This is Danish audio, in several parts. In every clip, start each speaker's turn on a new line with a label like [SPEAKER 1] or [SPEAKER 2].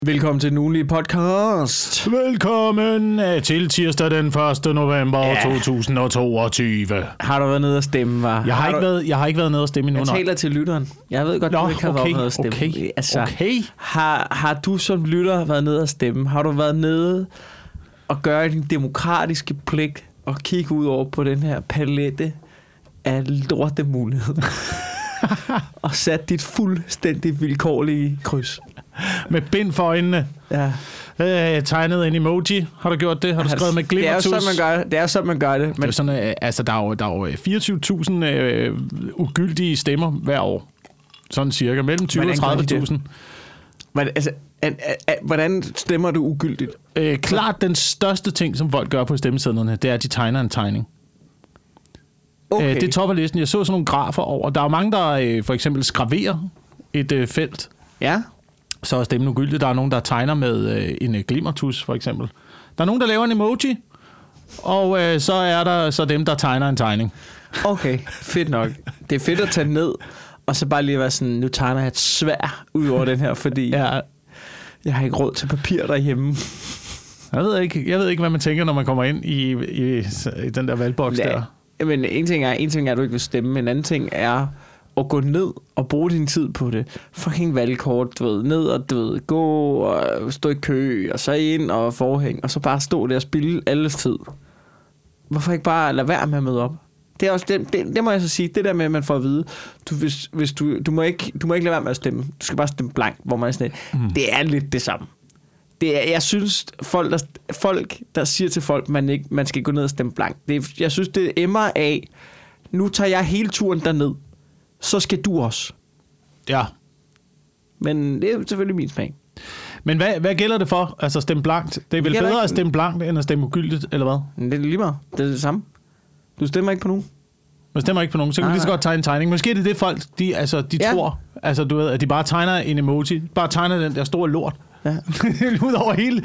[SPEAKER 1] Velkommen til den ugenlige podcast.
[SPEAKER 2] Velkommen til tirsdag den 1. november 2022.
[SPEAKER 1] Har du været nede og stemme, var?
[SPEAKER 2] Jeg har ikke været nede og stemme endnu.
[SPEAKER 1] Jeg taler til lytteren. Jeg ved godt, du ikke har været nede og stemme.
[SPEAKER 2] Okay.
[SPEAKER 1] Har du som lytter været nede og stemme? Har du været nede og gøre din demokratiske pligt og kigge ud over på den her palette af lortemuligheder? Og sat dit fuldstændig vilkårlige kryds.
[SPEAKER 2] Med bind for øjnene.
[SPEAKER 1] Ja.
[SPEAKER 2] Tegnet en emoji. Har du gjort det? Har du skrevet med glimmertus?
[SPEAKER 1] Det er sådan, man gør det.
[SPEAKER 2] Men det er sådan, altså, der er jo 24.000 ugyldige stemmer hver år. Sådan cirka. Mellem 20 og 30.000.
[SPEAKER 1] Hvordan stemmer du ugyldigt?
[SPEAKER 2] Klart den største ting, som folk gør på stemmesedlerne, det er, at de tegner en tegning.
[SPEAKER 1] Okay.
[SPEAKER 2] Det topper listen. Jeg så sådan nogle grafer over. Der er mange, der for eksempel skraverer et felt.
[SPEAKER 1] Ja.
[SPEAKER 2] Så er stemmen ugyldig. Der er nogen, der tegner med en glimmertus, for eksempel. Der er nogen, der laver en emoji. Og så er der så dem, der tegner en tegning.
[SPEAKER 1] Okay, fedt nok. Det er fedt at tage ned, og så bare lige være sådan, nu tegner jeg et sværd ud over den her, fordi jeg har ikke råd til papir derhjemme.
[SPEAKER 2] Jeg ved ikke, hvad man tænker, når man kommer ind i den der valgboks der.
[SPEAKER 1] Men en ting er, at du ikke vil stemme, men en anden ting er at gå ned og bruge din tid på det. Fucking valgkort, du ved, ned og gå og stå i kø, og så ind og forhæng, og så bare stå der og spilde alles tid. Hvorfor ikke bare lade være med at møde op? Det er også det må jeg så sige, det der med, at man får at vide, du må ikke lade være med at stemme. Du skal bare stemme blank, hvor man er sådan det er lidt det samme. Jeg synes, folk, der siger til folk, man skal gå ned og stemme blank. Jeg synes, det emmer af, nu tager jeg hele turen derned, så skal du også.
[SPEAKER 2] Ja.
[SPEAKER 1] Men det er selvfølgelig min smag.
[SPEAKER 2] Men hvad gælder det for? Altså stemme blankt? Det er vel bedre at stemme blankt, end at stemme ugyldigt, eller hvad?
[SPEAKER 1] Det er lige meget. Det er det samme. Du stemmer ikke på nogen.
[SPEAKER 2] Man stemmer ikke på nogen, så kan du lige så godt tegne en tegning. Måske er det folk, de tror, altså du ved, at de bare tegner en emoji, bare tegner den der store lort. Ja. ud over hele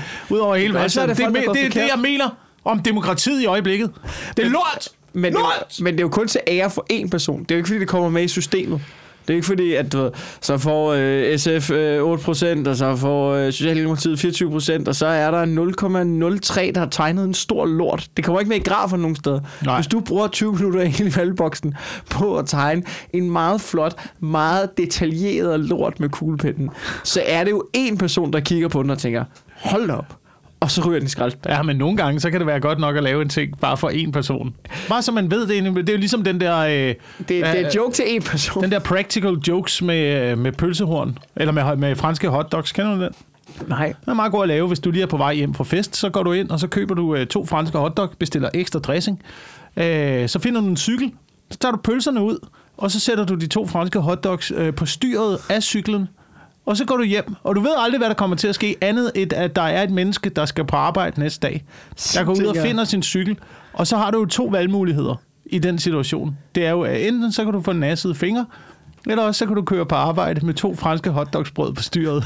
[SPEAKER 2] det jeg mener om demokratiet i øjeblikket. Det er lort!
[SPEAKER 1] Men det er jo kun til ære for én person. Det er jo ikke, fordi det kommer med i systemet. Det er ikke fordi, at du ved, så får SF 8%, og så får Socialdemokratiet 24%, og så er der 0,03, der har tegnet en stor lort. Det kommer ikke med i grafer nogen steder. Nej. Hvis du bruger 20 minutter i hele valgboksen på at tegne en meget flot, meget detaljeret lort med kuglepennen, så er det jo én person, der kigger på den og tænker, hold op. Og så ryger den i skraldespanden.
[SPEAKER 2] Ja, men nogle gange, så kan det være godt nok at lave en ting bare for én person. Bare så man ved det. Det er jo ligesom den der...
[SPEAKER 1] det er joke til én person.
[SPEAKER 2] Den der practical jokes med pølsehorn. Eller med franske hotdogs. Kender du den?
[SPEAKER 1] Nej.
[SPEAKER 2] Det er meget godt at lave. Hvis du lige er på vej hjem fra fest, så går du ind, og så køber du 2 franske hotdogs, bestiller ekstra dressing. Så finder du en cykel. Så tager du pølserne ud, og så sætter du de 2 franske hotdogs på styret af cyklen. Og så går du hjem, og du ved aldrig, hvad der kommer til at ske, andet end at der er et menneske, der skal på arbejde næste dag. Der går ud og finder sin cykel, og så har du jo 2 valgmuligheder i den situation. Det er jo, enten så kan du få nassede fingre, eller også så kan du køre på arbejde med 2 franske hotdogsbrød på styret.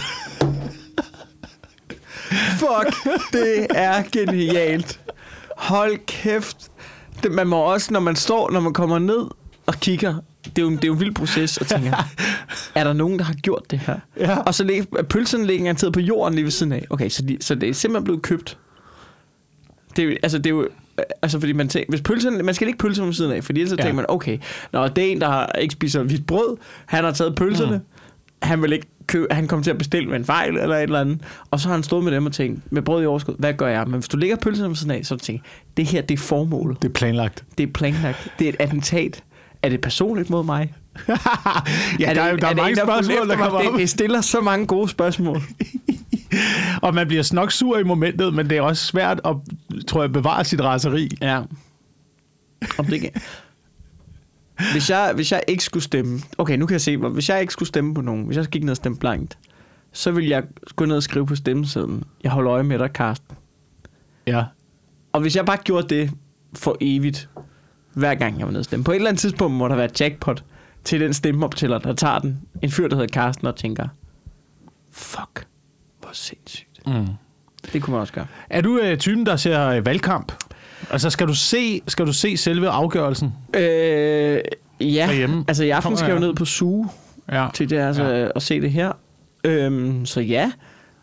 [SPEAKER 1] Fuck, det er genialt. Hold kæft. Man må også, når man kommer ned og kigger, det er jo en vild proces og tænker, er der nogen, der har gjort det her? Ja. Og så ligger pølserne garanteret på jorden lige ved siden af. Okay, så det er simpelthen blevet købt. Det er jo fordi man tænker, hvis pølserne, man skal ikke pølserne ved siden af, fordi ellers tænker man, okay, når det er en, der ikke spiser hvidt brød, han har taget pølserne, han vil ikke han kommer til at bestille med en fejl eller et eller andet, og så har han stået med dem og tænkt, med brød i overskud, hvad gør jeg? Men hvis du lægger pølserne ved siden af, så tænker det her, det er formålet.
[SPEAKER 2] Det er planlagt.
[SPEAKER 1] Det er planlagt. Det er et attentat. Er det personligt mod mig?
[SPEAKER 2] Der er mange spørgsmål, der kommer op.
[SPEAKER 1] Det stiller så mange gode spørgsmål.
[SPEAKER 2] Og man bliver nok sur i momentet, men det er også svært at, tror jeg, bevare sit raseri.
[SPEAKER 1] Ja. Om det ikke... Hvis jeg ikke skulle stemme... Okay, nu kan jeg se, hvis jeg ikke skulle stemme på nogen, hvis jeg gik ned og stemme blankt, så ville jeg gå ned og skrive på stemmesedlen, jeg holder øje med dig, Carsten.
[SPEAKER 2] Ja.
[SPEAKER 1] Og hvis jeg bare gjorde det for evigt, hver gang jeg var nede og stemme, på et eller andet tidspunkt må der være jackpot til den stemmeoptæller, der tager den. En fyr, der hedder Carsten, og tænker, fuck, hvor sindssygt. Det kunne man også gøre.
[SPEAKER 2] Er du typen, der ser valgkamp? Altså, skal du se selve afgørelsen?
[SPEAKER 1] Ja,
[SPEAKER 2] derhjemme?
[SPEAKER 1] altså i aften skal jeg jo ned på Suge til det, altså, at se det her. Så ja,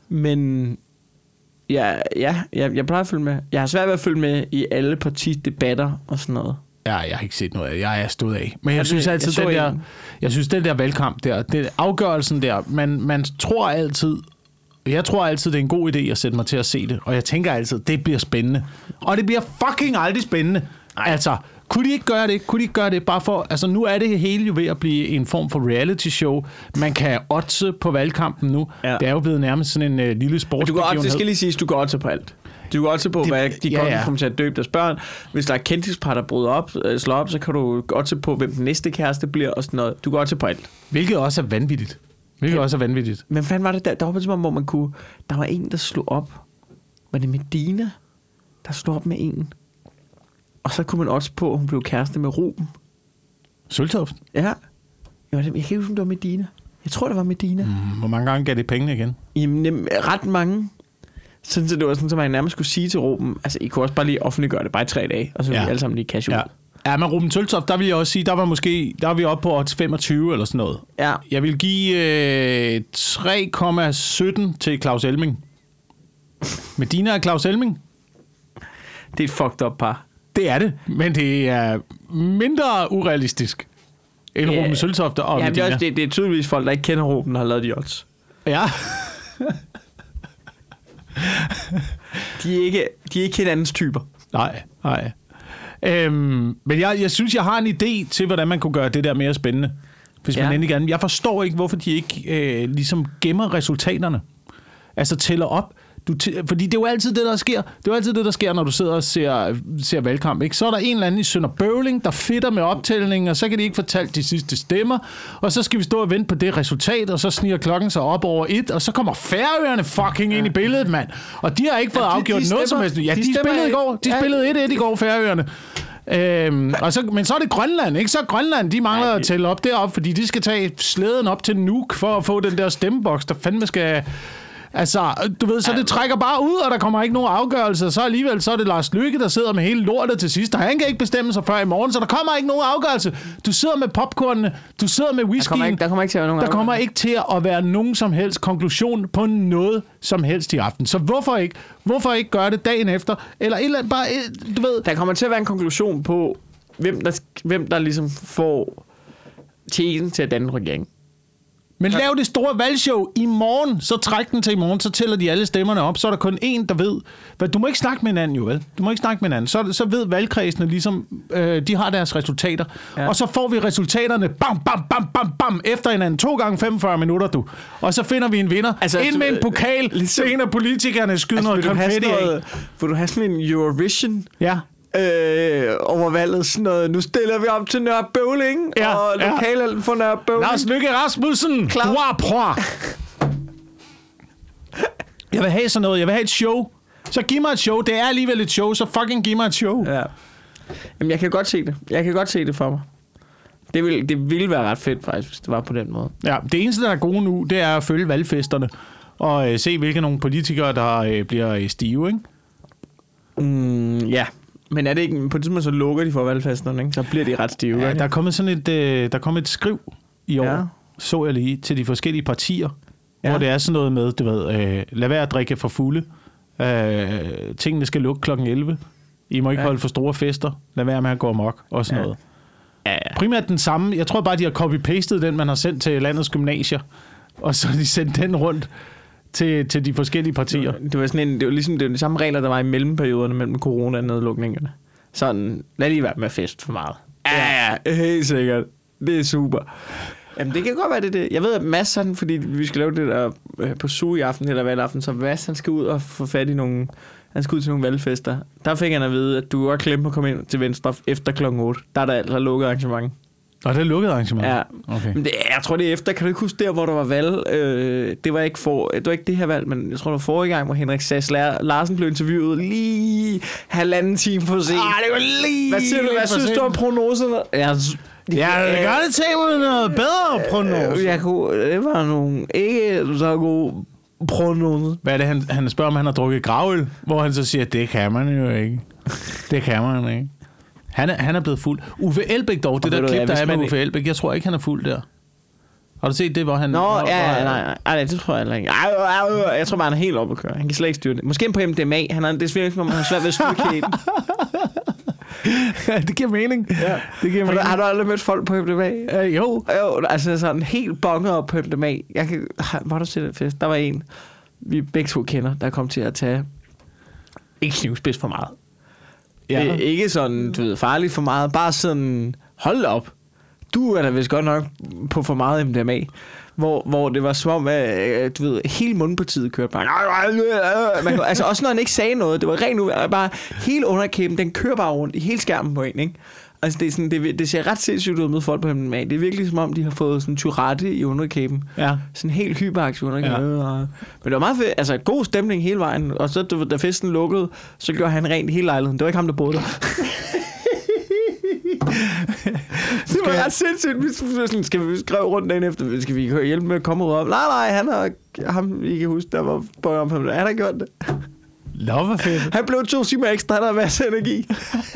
[SPEAKER 1] Men jeg plejer at følge med. Jeg har svært ved at følge med i alle partidebatter og sådan noget.
[SPEAKER 2] Ja, jeg har ikke set noget af det. Jeg er stået af. Men jeg synes altid, den der valgkamp der, den afgørelsen der, man tror altid, jeg tror altid, det er en god idé at sætte mig til at se det. Og jeg tænker altid, det bliver spændende. Og det bliver fucking aldrig spændende. Ej. Altså, kunne de ikke gøre det? Kunne de ikke gøre det bare for... Altså, nu er det hele jo ved at blive en form for reality show. Man kan oddse på valgkampen nu. Ja. Det er jo blevet nærmest sådan en lille sportsbegivenhed.
[SPEAKER 1] Det skal lige siges, du går oddse på alt. Du kan også på, hvad de kommer til at døbe deres børn. Hvis der er kendispar, der bryder op, slår op, så kan du godt se på, hvem den næste kæreste bliver og sådan noget. Du kan også på alt.
[SPEAKER 2] Hvilket også er vanvittigt.
[SPEAKER 1] Men fanden var det der? Der var på tidspunkt, hvor man kunne... Der var en, der slog op. Var det Medina, der slog op med en? Og så kunne man også på, at hun blev kæreste med Ruben.
[SPEAKER 2] Søltoft?
[SPEAKER 1] Ja. Jeg kan ikke huske, om det var Medina. Jeg tror, det var Medina.
[SPEAKER 2] Hvor mange gange gav det pengene igen?
[SPEAKER 1] Jamen, ret mange. Sådan, så det var sådan, at man nærmest skulle sige til Ruben, altså, I kunne også bare lige offentliggøre det, bare i 3 dage, og så ville vi alle sammen lige cash ud.
[SPEAKER 2] Ja, men Ruben Søltoft, der vil jeg også sige, der var vi oppe på 25 eller sådan noget.
[SPEAKER 1] Ja.
[SPEAKER 2] Jeg vil give 3,17 til Claus Elming. Medina og Claus Elming?
[SPEAKER 1] Det er et fucked up par.
[SPEAKER 2] Det er det, men det er mindre urealistisk end Ruben Søltoft og Medina.
[SPEAKER 1] Det er tydeligvis folk, der ikke kender Ruben, der har lavet de odds.
[SPEAKER 2] Ja.
[SPEAKER 1] De er ikke hinandens typer.
[SPEAKER 2] Nej. Men jeg synes, jeg har en idé til, hvordan man kunne gøre det der mere spændende. Hvis man endelig gerne... Jeg forstår ikke, hvorfor de ikke ligesom gemmer resultaterne. Altså tæller op. Fordi det er jo altid det, der sker. Det er jo altid det, der sker, når du sidder og ser valgkamp. Ikke? Så er der en eller anden i Sønder Bøvling, der fedter med optællingen, og så kan de ikke fortælle de sidste stemmer. Og så skal vi stå og vente på det resultat, og så sniger klokken sig op over 1, og så kommer Færøerne fucking ind i billedet, mand. Og de har ikke fået afgjort noget som helst. Ja, de spillede i går. De spillede 1-1 i går, Færøerne. Men så er det Grønland, ikke? Så Grønland, de mangler at tælle op deroppe, fordi de skal tage slæden op til Nuuk for at få den der stemmeboks, der fandme skal... Altså, du ved, så det trækker bare ud, og der kommer ikke nogen afgørelse. Så alligevel, så er det Lars Løkke, der sidder med hele lortet til sidst, og han kan ikke bestemme sig før i morgen, så der kommer ikke nogen afgørelse. Du sidder med popcornene, du sidder med whiskyen.
[SPEAKER 1] Der kommer ikke til at være nogen
[SPEAKER 2] Der kommer ikke til at være nogen som helst konklusion på noget som helst i aften. Så hvorfor ikke gøre det dagen efter? Eller et eller andet, bare, du ved...
[SPEAKER 1] Der kommer til at være en konklusion på, hvem der ligesom får tiden til at danne regering.
[SPEAKER 2] Men lav det store valgshow i morgen, så træk den til i morgen, så tæller de alle stemmerne op, så er der kun én, der ved. Du må ikke snakke med hinanden jo, vel? Du må ikke snakke med hinanden. Så ved valgkredsene ligesom, de har deres resultater. Ja. Og så får vi resultaterne, bam, bam, bam, bam, bam, efter hinanden. 2 gange 45 minutter, du. Og så finder vi en vinder. Altså, ind med en pokal, ligesom, så en af politikerne skyder noget konfetti af.
[SPEAKER 1] Vil du have sådan en Eurovision?
[SPEAKER 2] Ja.
[SPEAKER 1] Over valget sådan noget. Nu stiller vi op til Nørre Bøvling, og lokalhelten for Nørre Bøvling.
[SPEAKER 2] Lars Løkke Rasmussen. Jeg vil have sådan noget. Jeg vil have et show. Så giv mig et show. Det er alligevel et show, så fucking giv mig et show.
[SPEAKER 1] Ja. Jamen, jeg kan godt se det. Jeg kan godt se det for mig. Det ville være ret fedt, faktisk, hvis det var på den måde.
[SPEAKER 2] Ja, det eneste, der er gode nu, det er at følge valgfesterne. Og se, hvilke nogle politikere, der bliver stive, ikke?
[SPEAKER 1] Ja. Men er det ikke... På et tidspunkt så lukker de for valgfesterne, ikke? Så bliver de ret stive.
[SPEAKER 2] Ja, der er kommet sådan et skriv i år, så jeg lige, til de forskellige partier, hvor det er sådan noget med, du ved, lad være at drikke for fulde. Tingene skal lukke kl. 11. I må ikke holde for store fester. Lad være med at gå amok og sådan noget. Ja. Primært den samme. Jeg tror bare, de har copy-pastet den, man har sendt til landets gymnasier. Og så har de sendt den rundt til de forskellige partier.
[SPEAKER 1] Det var ligesom de samme regler, der var i mellemperioderne mellem corona-nedlukningerne. Sådan, lad lige være med fest for meget. Ja, helt sikkert. Det er super. Jamen, det kan godt være det. Jeg ved, at Mads, han, fordi vi skal lave det der på SUG i aften, eller valgaften, så Mads, han skal ud og få fat i nogle... Han skal ud til nogle valgfester. Der fik han at vide, at du har glemt at komme ind til Venstre efter kl. 8. Der er der altså lukket arrangement.
[SPEAKER 2] Og det er lukket arrangement?
[SPEAKER 1] Ja. Okay. Men jeg tror, det er efter. Kan du ikke huske der, hvor der var valg? Det var ikke det her valg, men jeg tror, det var forrige gang, hvor Henrik Sass Larsen blev interviewet lige 1,5 time for sent.
[SPEAKER 2] Det var lige...
[SPEAKER 1] Hvad synes du om prognoserne?
[SPEAKER 2] Jeg gør det til med noget bedre prognoser.
[SPEAKER 1] Det var nogle ikke så gode prognoser.
[SPEAKER 2] Hvad er det, han spørger, om han har drukket gravøl? Hvor han så siger, det kan man jo ikke. Det kan man ikke. Han er blevet fuld. Uffe Elbæk dog, det der klip, der er med Uffe Elbæk, jeg tror ikke, han er fuld der. Har du set det, hvor han...
[SPEAKER 1] Nej, det tror jeg heller ikke. Jeg tror bare, han er helt oppe at køre. Han kan slet ikke styre det. Måske på MDMA. Det er svært, man har svært ved at styre kæden.
[SPEAKER 2] Det giver mening.
[SPEAKER 1] Ja.
[SPEAKER 2] Det giver mening.
[SPEAKER 1] Har du aldrig mødt folk på MDMA?
[SPEAKER 2] Jo.
[SPEAKER 1] Altså sådan helt bonget op på MDMA. Hvor har du set det fest? Der var en, vi begge to kender, der kom til at tage ikke knivspids for meget. Ja. Ikke sådan, du ved, farligt for meget. Bare sådan, hold op. Du er da vist godt nok på for meget MDMA. Hvor det var som om, du ved, hele mundpartiet kørte bare... Altså også når han ikke sagde noget. Det var rent nu, bare hele underkæben, den kører bare rundt i hele skærmen på en, ikke? Altså det er sådan, det ser ret sindssygt ud med folk på MDMA. Det er virkelig som om, de har fået sådan Tourette i underkæben. Ja. Sådan helt hyperaktiv underkæben. Ja. Men det var meget fedt. Altså god stemning hele vejen. Og så da festen lukkede, så gjorde han rent i hele lejligheden. Det var ikke ham, der boede der. Det var ret sindssygt. Skal vi skrive rundt dagen efter? Skal vi hjælpe med at komme ud op? Nej, han har ham, I kan huske, der var på om ham. Han har gjort det.
[SPEAKER 2] Nå, hvor fedt.
[SPEAKER 1] Han blev 2 timer ekstra, han har masser af energi.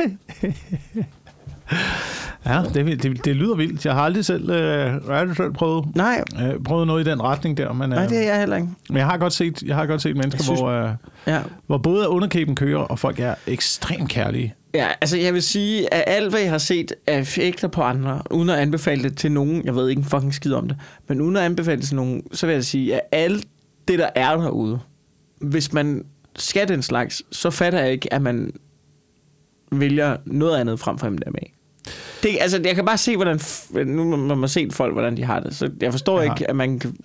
[SPEAKER 2] Ja, det lyder vildt. Jeg har aldrig selv prøvet.
[SPEAKER 1] Nej.
[SPEAKER 2] Prøvet noget i den retning der. Men,
[SPEAKER 1] nej, det er jeg heller ikke.
[SPEAKER 2] Men jeg har godt set mennesker, hvor både underkæben kører, og folk er ekstremt kærlige.
[SPEAKER 1] Ja, altså jeg vil sige, at alt, hvad jeg har set af effekter på andre, uden at anbefale det til nogen, jeg ved ikke en fucking skid om det, men uden at anbefale det til nogen, så vil jeg sige, at alt det, der er derude, hvis man skal den slags, så fatter jeg ikke, at man vælger noget andet frem for MDMA. Altså, jeg kan bare se, hvordan... Nu må man se folk, hvordan de har det. Så jeg forstår ikke, at man kan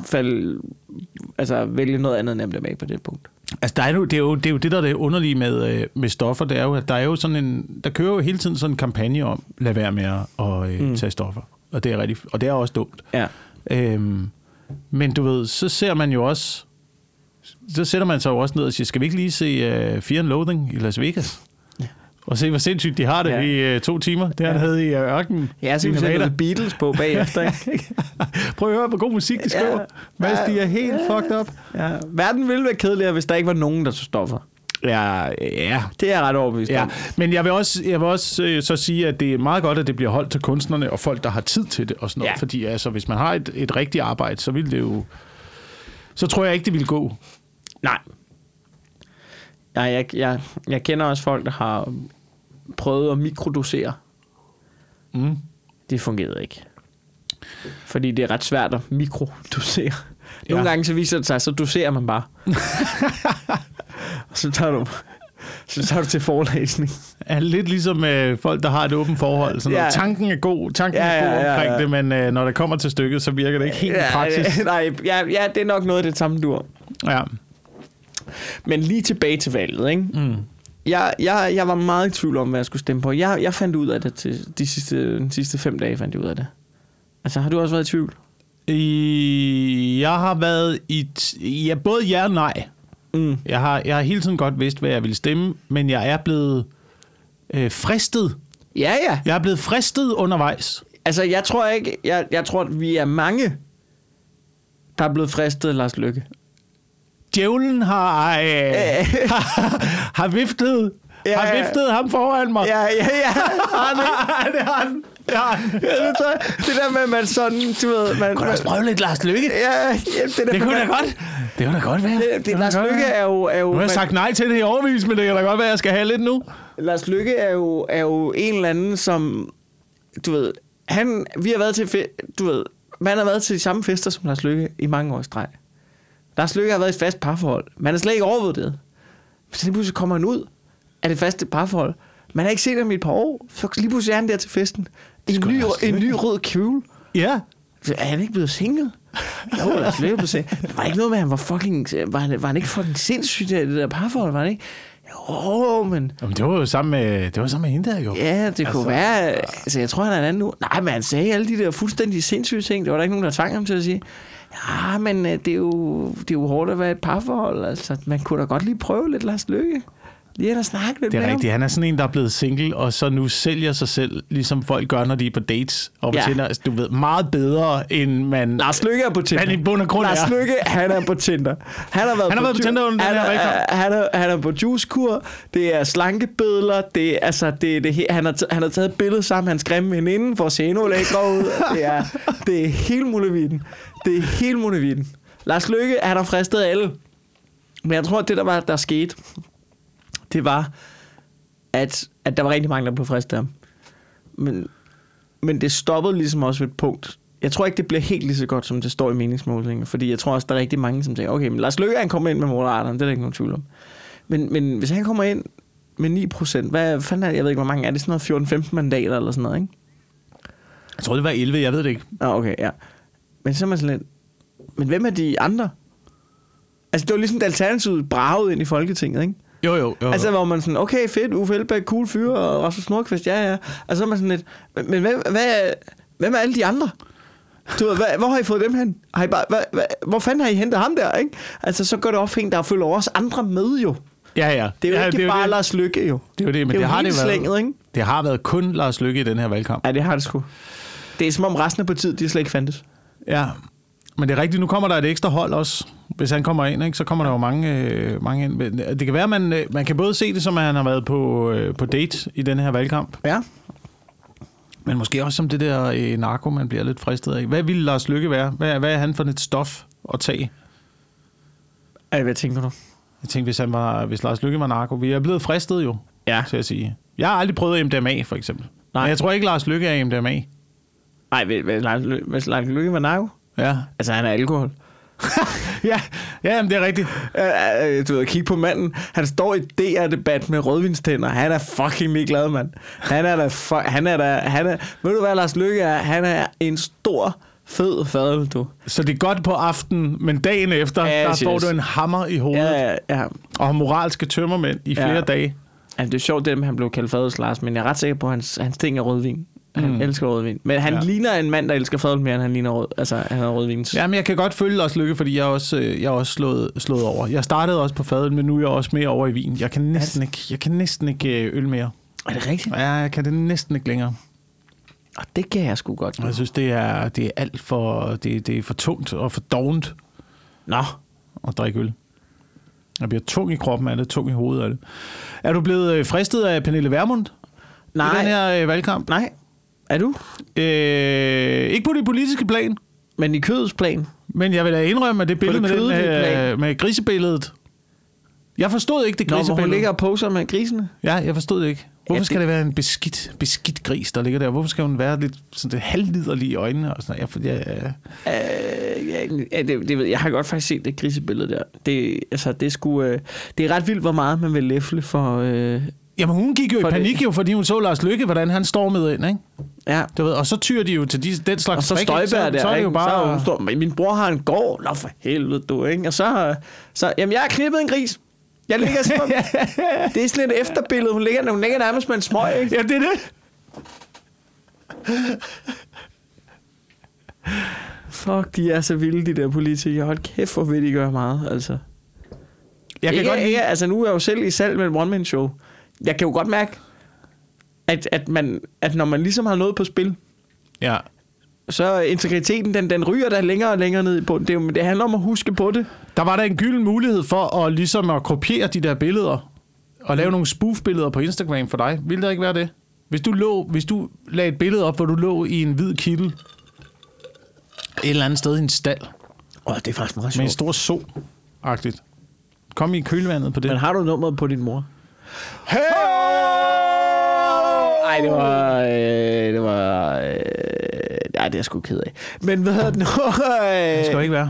[SPEAKER 1] vælge noget andet end MDMA på det punkt.
[SPEAKER 2] Altså, det er jo det, der er det underlige med stoffer. Det er jo, at der er jo sådan der kører jo hele tiden sådan en kampagne om, lad være med at tage stoffer. Og det er rigtig, og det er også dumt. Ja. Men du ved, så ser man jo også... Så sætter man sig jo også ned og siger, skal vi ikke lige se Fear and Loathing i Las Vegas? Og se, hvor sindssygt de har det i 2 timer. Det han havde i ørkenen.
[SPEAKER 1] Ja, så vi sætter Beatles på bagefter.
[SPEAKER 2] Prøv at høre, hvor god musik de skriver. Mens de er helt fucked up.
[SPEAKER 1] Ja. Verden ville være kedeligere, hvis der ikke var nogen, der tog stoffer.
[SPEAKER 2] Ja.
[SPEAKER 1] Det er ret overbevist om.
[SPEAKER 2] Men jeg vil også så sige, at det er meget godt, at det bliver holdt til kunstnerne og folk, der har tid til det og sådan noget. Ja. Fordi altså, hvis man har et rigtigt arbejde, så vil det jo... Så tror jeg ikke, det vil gå.
[SPEAKER 1] Nej. Jeg kender også folk, der har prøvet at mikrodosere. Det fungerede ikke. Fordi det er ret svært at mikrodosere. Nogle gange så viser det sig, så doserer man bare. Og så tager du til forelæsning.
[SPEAKER 2] Ja, lidt ligesom folk, der har et åbent forhold. Sådan tanken er god, omkring det, men når det kommer til stykket, så virker det ikke helt i praksis.
[SPEAKER 1] Det er nok noget af det samme dur. Ja. Men lige tilbage til valget, ikke? Jeg var meget i tvivl om, hvad jeg skulle stemme på. Jeg fandt ud af det til de sidste 5 dage, fandt jeg ud af det. Altså, har du også været i tvivl?
[SPEAKER 2] Jeg har været i... både ja og nej. Jeg har hele tiden godt vidst, hvad jeg ville stemme, men jeg er blevet fristet.
[SPEAKER 1] Ja.
[SPEAKER 2] Jeg er blevet fristet undervejs.
[SPEAKER 1] Altså, jeg tror ikke... Jeg tror, at vi er mange, der er blevet fristet af Lars Løkke.
[SPEAKER 2] Djævlen har viftet. Har viftet ham foran mig.
[SPEAKER 1] Ja.
[SPEAKER 2] Det har han.
[SPEAKER 1] Det der med, at man sådan, du ved... Man
[SPEAKER 2] kunne da prøve lidt Lars Løkke? Det kunne da godt. Det kunne da godt være.
[SPEAKER 1] Lars Løkke er jo...
[SPEAKER 2] Nu har jeg sagt nej til det i overvis, men det kan da godt være, at jeg skal have lidt nu.
[SPEAKER 1] Lars Løkke er jo en eller anden, som... Du ved... Vi har været til... Du ved... Man har været til de samme fester som Lars Løkke i mange år i streg. Lars Løkke har været i et fast parforhold. Man er slet ikke overvurderet. Så lige pludselig kommer han ud af det faste parforhold. Man har ikke set ham i et par år. Så lige pludselig er han der til festen. En ny rød kjole.
[SPEAKER 2] Ja.
[SPEAKER 1] Er han ikke blevet single? Jo, Lars Løkke blev single. Det var ikke noget med, at han var fucking... Var han ikke fucking sindssygt i det der parforhold, var han ikke? Jo, men...
[SPEAKER 2] Jamen, det var jo sammen med hende der, jo.
[SPEAKER 1] Ja, det kunne være... Altså, jeg tror, han er en anden nu. Nej, men han sagde alle de der fuldstændig sindssyge ting. Det var der ikke nogen, der tvang ham til at sige... Ja, men det er jo hårdt at være et parforhold. Altså, man kunne da godt lige prøve lidt Lars Løkke. Lige at snakke lidt
[SPEAKER 2] Det
[SPEAKER 1] med
[SPEAKER 2] er
[SPEAKER 1] ham.
[SPEAKER 2] rigtigt. Han er sådan en, der er blevet single, og så nu sælger sig selv, ligesom folk gør, når de er på dates. Og på Tinder, altså, du ved, meget bedre, end man...
[SPEAKER 1] Lars Løkke er på Tinder.
[SPEAKER 2] Han i bund og grund
[SPEAKER 1] Lars Løkke, han er på Tinder. Han har været på
[SPEAKER 2] Tinder under den her valgkamp.
[SPEAKER 1] Han er på juicekur. Det er slankebilleder. Han har taget et billede sammen med hans grimme veninde for at se endnu lækre ud. Det er helt muligheden. Det er helt muligheden. Lars Løkke, han har fristet alle. Men jeg tror, at det, der skete, det var, at der var rigtig mange, der blev fristet af ham. Men det stoppede ligesom også ved et punkt. Jeg tror ikke, det bliver helt lige så godt, som det står i meningsmålingen. Fordi jeg tror også, der er rigtig mange, som siger, okay, men Lars Løkke, han kommer ind med Moderaterne, det er der ikke nogen tvivl om. Men hvis han kommer ind med 9%, hvad fanden er det? Jeg ved ikke, hvor mange er det? Sådan noget 14-15 mandater eller sådan noget, ikke?
[SPEAKER 2] Jeg tror, det var 11, jeg ved det ikke.
[SPEAKER 1] Okay, ja. Men så er man sådan lidt, men hvem er de andre? Altså, det var ligesom, at Alternativet bragede ind i Folketinget, ikke?
[SPEAKER 2] Jo.
[SPEAKER 1] Altså, hvor man sådan, okay, fedt, Uffe Elbæk, cool fyr, og Rasmus Nordqvist, ja. Og så er man sådan lidt, men hvem er alle de andre? Du ved, hvor har I fået dem hen? Har I bare, hvor fanden har I hentet ham der, ikke? Altså, så går det op for en, der følger også andre med, jo.
[SPEAKER 2] Ja.
[SPEAKER 1] Det er jo ikke bare Lars Løkke, jo.
[SPEAKER 2] Det er jo det, men det har det været.
[SPEAKER 1] Slænget, ikke?
[SPEAKER 2] Det har været kun Lars Løkke i den her valgkamp.
[SPEAKER 1] Ja, det har det sgu. Det er som om resten af partiet, de slet ikke fandtes.
[SPEAKER 2] Ja, men det er rigtigt. Nu kommer der et ekstra hold også. Hvis han kommer ind, ikke, så kommer der jo mange ind. Det kan være, at man kan både se det, som at han har været på date i den her valgkamp.
[SPEAKER 1] Ja.
[SPEAKER 2] Men måske også som det der narko, man bliver lidt fristet af. Hvad ville Lars Løkke være? Hvad er han for et stof at tage?
[SPEAKER 1] Hvad tænker du?
[SPEAKER 2] Jeg tænkte, hvis Lars Løkke var narko. Vi er blevet fristet jo, til at sige. Jeg har aldrig prøvet MDMA, for eksempel. Nej. Men jeg tror ikke, Lars Løkke er MDMA.
[SPEAKER 1] Nej, hvis Lars Løkke var narko?
[SPEAKER 2] Ja.
[SPEAKER 1] Altså, han er alkohol.
[SPEAKER 2] ja, men det er rigtigt.
[SPEAKER 1] Du ved, kig på manden. Han står i DR-debat med rødvinstænder. Han er fucking ligeglad, mand. Ved du hvad Lars Løkke er? Han er en stor, fed fadel, du.
[SPEAKER 2] Så det er godt på aftenen, men dagen efter, der får du en hammer i hovedet.
[SPEAKER 1] Ja.
[SPEAKER 2] Og moralske tømmermænd i flere dage.
[SPEAKER 1] Altså, det er sjovt, det at han blev kaldt fadels Lars, men jeg er ret sikker på, at hans ting er rødvin. Han elsker rødvin. Men han ligner en mand, der elsker fadel mere, end han ligner han er rødvins.
[SPEAKER 2] Jamen, jeg kan godt følge Lars Løkke, fordi jeg er også slået over. Jeg startede også på fadel, men nu er jeg også mere over i vin. Jeg kan næsten ikke øl mere.
[SPEAKER 1] Er det rigtigt?
[SPEAKER 2] Ja, jeg kan det næsten ikke længere.
[SPEAKER 1] Og det kan jeg sgu godt.
[SPEAKER 2] Jeg synes, det er alt for... Det er for tungt og for dovent.
[SPEAKER 1] Nå.
[SPEAKER 2] At drikke øl. Jeg bliver tung i kroppen af det, tung i hovedet af det. Er du blevet fristet af Pernille Vermund?
[SPEAKER 1] Nej.
[SPEAKER 2] I den her valgkamp?
[SPEAKER 1] Nej. Er du?
[SPEAKER 2] Ikke på det politiske plan.
[SPEAKER 1] Men i kødets plan.
[SPEAKER 2] Men jeg vil da indrømme, at det billede med grisebilledet. Jeg forstod ikke det grisebillede.
[SPEAKER 1] Hvor hun ligger og poser med grisene?
[SPEAKER 2] Ja, jeg forstod det ikke. Hvorfor skal det være en beskidt gris, der ligger der? Hvorfor skal hun være lidt sådan halvliderlig i øjnene? Og sådan
[SPEAKER 1] jeg har godt faktisk set det grisebillede der. Det er ret vildt, hvor meget man vil læfle for...
[SPEAKER 2] Jamen, hun gik jo i panik, fordi hun så Lars Løkke, hvordan han stormede ind, ikke?
[SPEAKER 1] Ja.
[SPEAKER 2] Du ved, og så tyrer de jo til den slags...
[SPEAKER 1] Og så Støjberg der,
[SPEAKER 2] så er det jo bare...
[SPEAKER 1] Så min bror har en gård. Nå, for helvede, du, ikke? Og så jamen, jeg har knippet en gris. Jeg ligger sådan... Det er sådan et efterbillede. Hun ligger nærmest med en smøg, ikke?
[SPEAKER 2] Ja, det er det.
[SPEAKER 1] Fuck, de er så vilde, de der politikere. Hold kæft, hvor vil de gøre meget, altså. Jeg kan godt lide... Altså, nu er jeg jo selv i salg med et one-man-show. Jeg kan jo godt mærke, at når man ligesom har noget på spil,
[SPEAKER 2] ja,
[SPEAKER 1] så integriteten, den ryger der længere og længere ned i bunden. Det handler om at huske på det.
[SPEAKER 2] Der var der en gylden mulighed for ligesom at kopiere de der billeder, og lave nogle spoof-billeder på Instagram for dig. Ville det ikke være det? Hvis du lagde et billede op, hvor du lå i en hvid kittel, et eller andet sted i en stald.
[SPEAKER 1] Det er faktisk meget sjovt.
[SPEAKER 2] Med en stor so-agtigt. Kom i kølvandet på det.
[SPEAKER 1] Men har du nummeret på din mor? Hey! Ej, det var... Nej, det er jeg sgu ked af. Men hvad hedder det nu?
[SPEAKER 2] Det skal jo ikke være.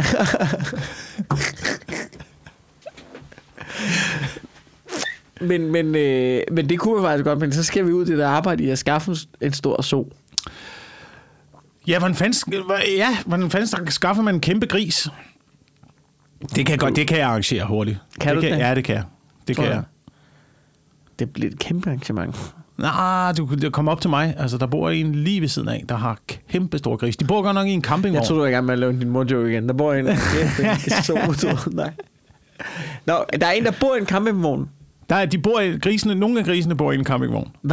[SPEAKER 1] men det kunne man faktisk godt, men så skal vi ud i det der arbejde i at skaffe en stor so.
[SPEAKER 2] Ja, hvordan fanden skaffer man en kæmpe gris? Det kan jeg arrangere hurtigt.
[SPEAKER 1] Kan du det?
[SPEAKER 2] Ja, det kan jeg. Det kan jeg.
[SPEAKER 1] Det bliver et kæmpe arrangement.
[SPEAKER 2] Nej, du kan komme op til mig. Altså, der bor en lige ved siden af, der har kæmpe store gris. De bor godt nok i en campingvogn.
[SPEAKER 1] Jeg tror du er i gang med at lave din mor-joke igen. Der bor en... Nej. Nå, der er en, der bor i en campingvogn.
[SPEAKER 2] Nogle af grisene bor i en campingvogn.
[SPEAKER 1] Hvad?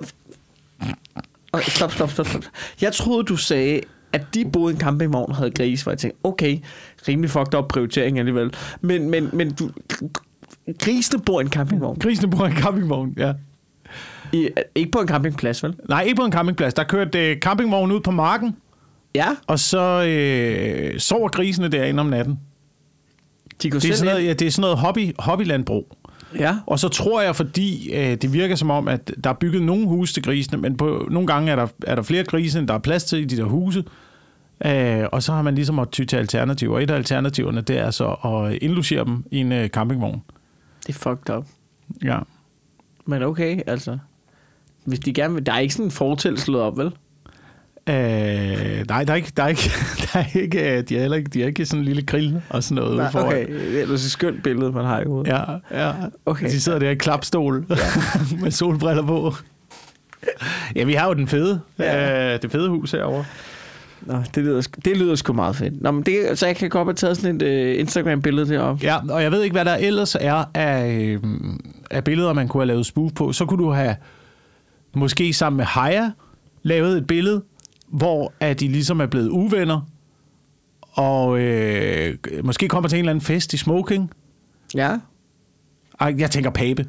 [SPEAKER 1] Stop. Jeg troede, du sagde, at de boede i en campingvogn og havde grise, hvor jeg tænkte, okay, rimelig fucked up prioritering alligevel. Men grisene bor i en campingvogn?
[SPEAKER 2] Grisene bor i en campingvogn, ja.
[SPEAKER 1] Ikke på en campingplads, vel?
[SPEAKER 2] Nej, ikke på en campingplads. Der kørte campingvogn ud på marken,
[SPEAKER 1] ja.
[SPEAKER 2] Og så sover grisene derinde om natten.
[SPEAKER 1] Det er
[SPEAKER 2] sådan noget hobbylandbrug.
[SPEAKER 1] Ja.
[SPEAKER 2] Og så tror jeg, fordi det virker som om, at der er bygget nogle huse til grisene, men nogle gange er der flere grise, end der er plads til i de der huse. Og så har man ligesom måttet ty til alternativer. Et af alternativerne, det er så at indlogere dem i en campingvogn.
[SPEAKER 1] Det er fucked up.
[SPEAKER 2] Ja.
[SPEAKER 1] Men okay, altså. Hvis de gerne vil... Der er ikke sådan en fortæl slået op, vel?
[SPEAKER 2] Nej, der er ikke, de har ikke sådan en lille grill og sådan noget.
[SPEAKER 1] Nej, okay, det er et skønt billede, man har i hovedet.
[SPEAKER 2] Ja.
[SPEAKER 1] Okay.
[SPEAKER 2] De sidder der i klapstol med solbriller på. Ja, vi har jo det fede hus herovre.
[SPEAKER 1] Nå, det lyder sgu meget fedt. Nå, men så jeg kan godt have taget sådan et Instagram-billede deroppe.
[SPEAKER 2] Ja, og jeg ved ikke, hvad der ellers er af billeder, man kunne have lavet spoof på. Så kunne du have, måske sammen med Haya, lavet et billede, hvor at de ligesom er blevet uvenner, og måske kommer til en eller anden fest i smoking.
[SPEAKER 1] Ja.
[SPEAKER 2] Jeg tænker Pape.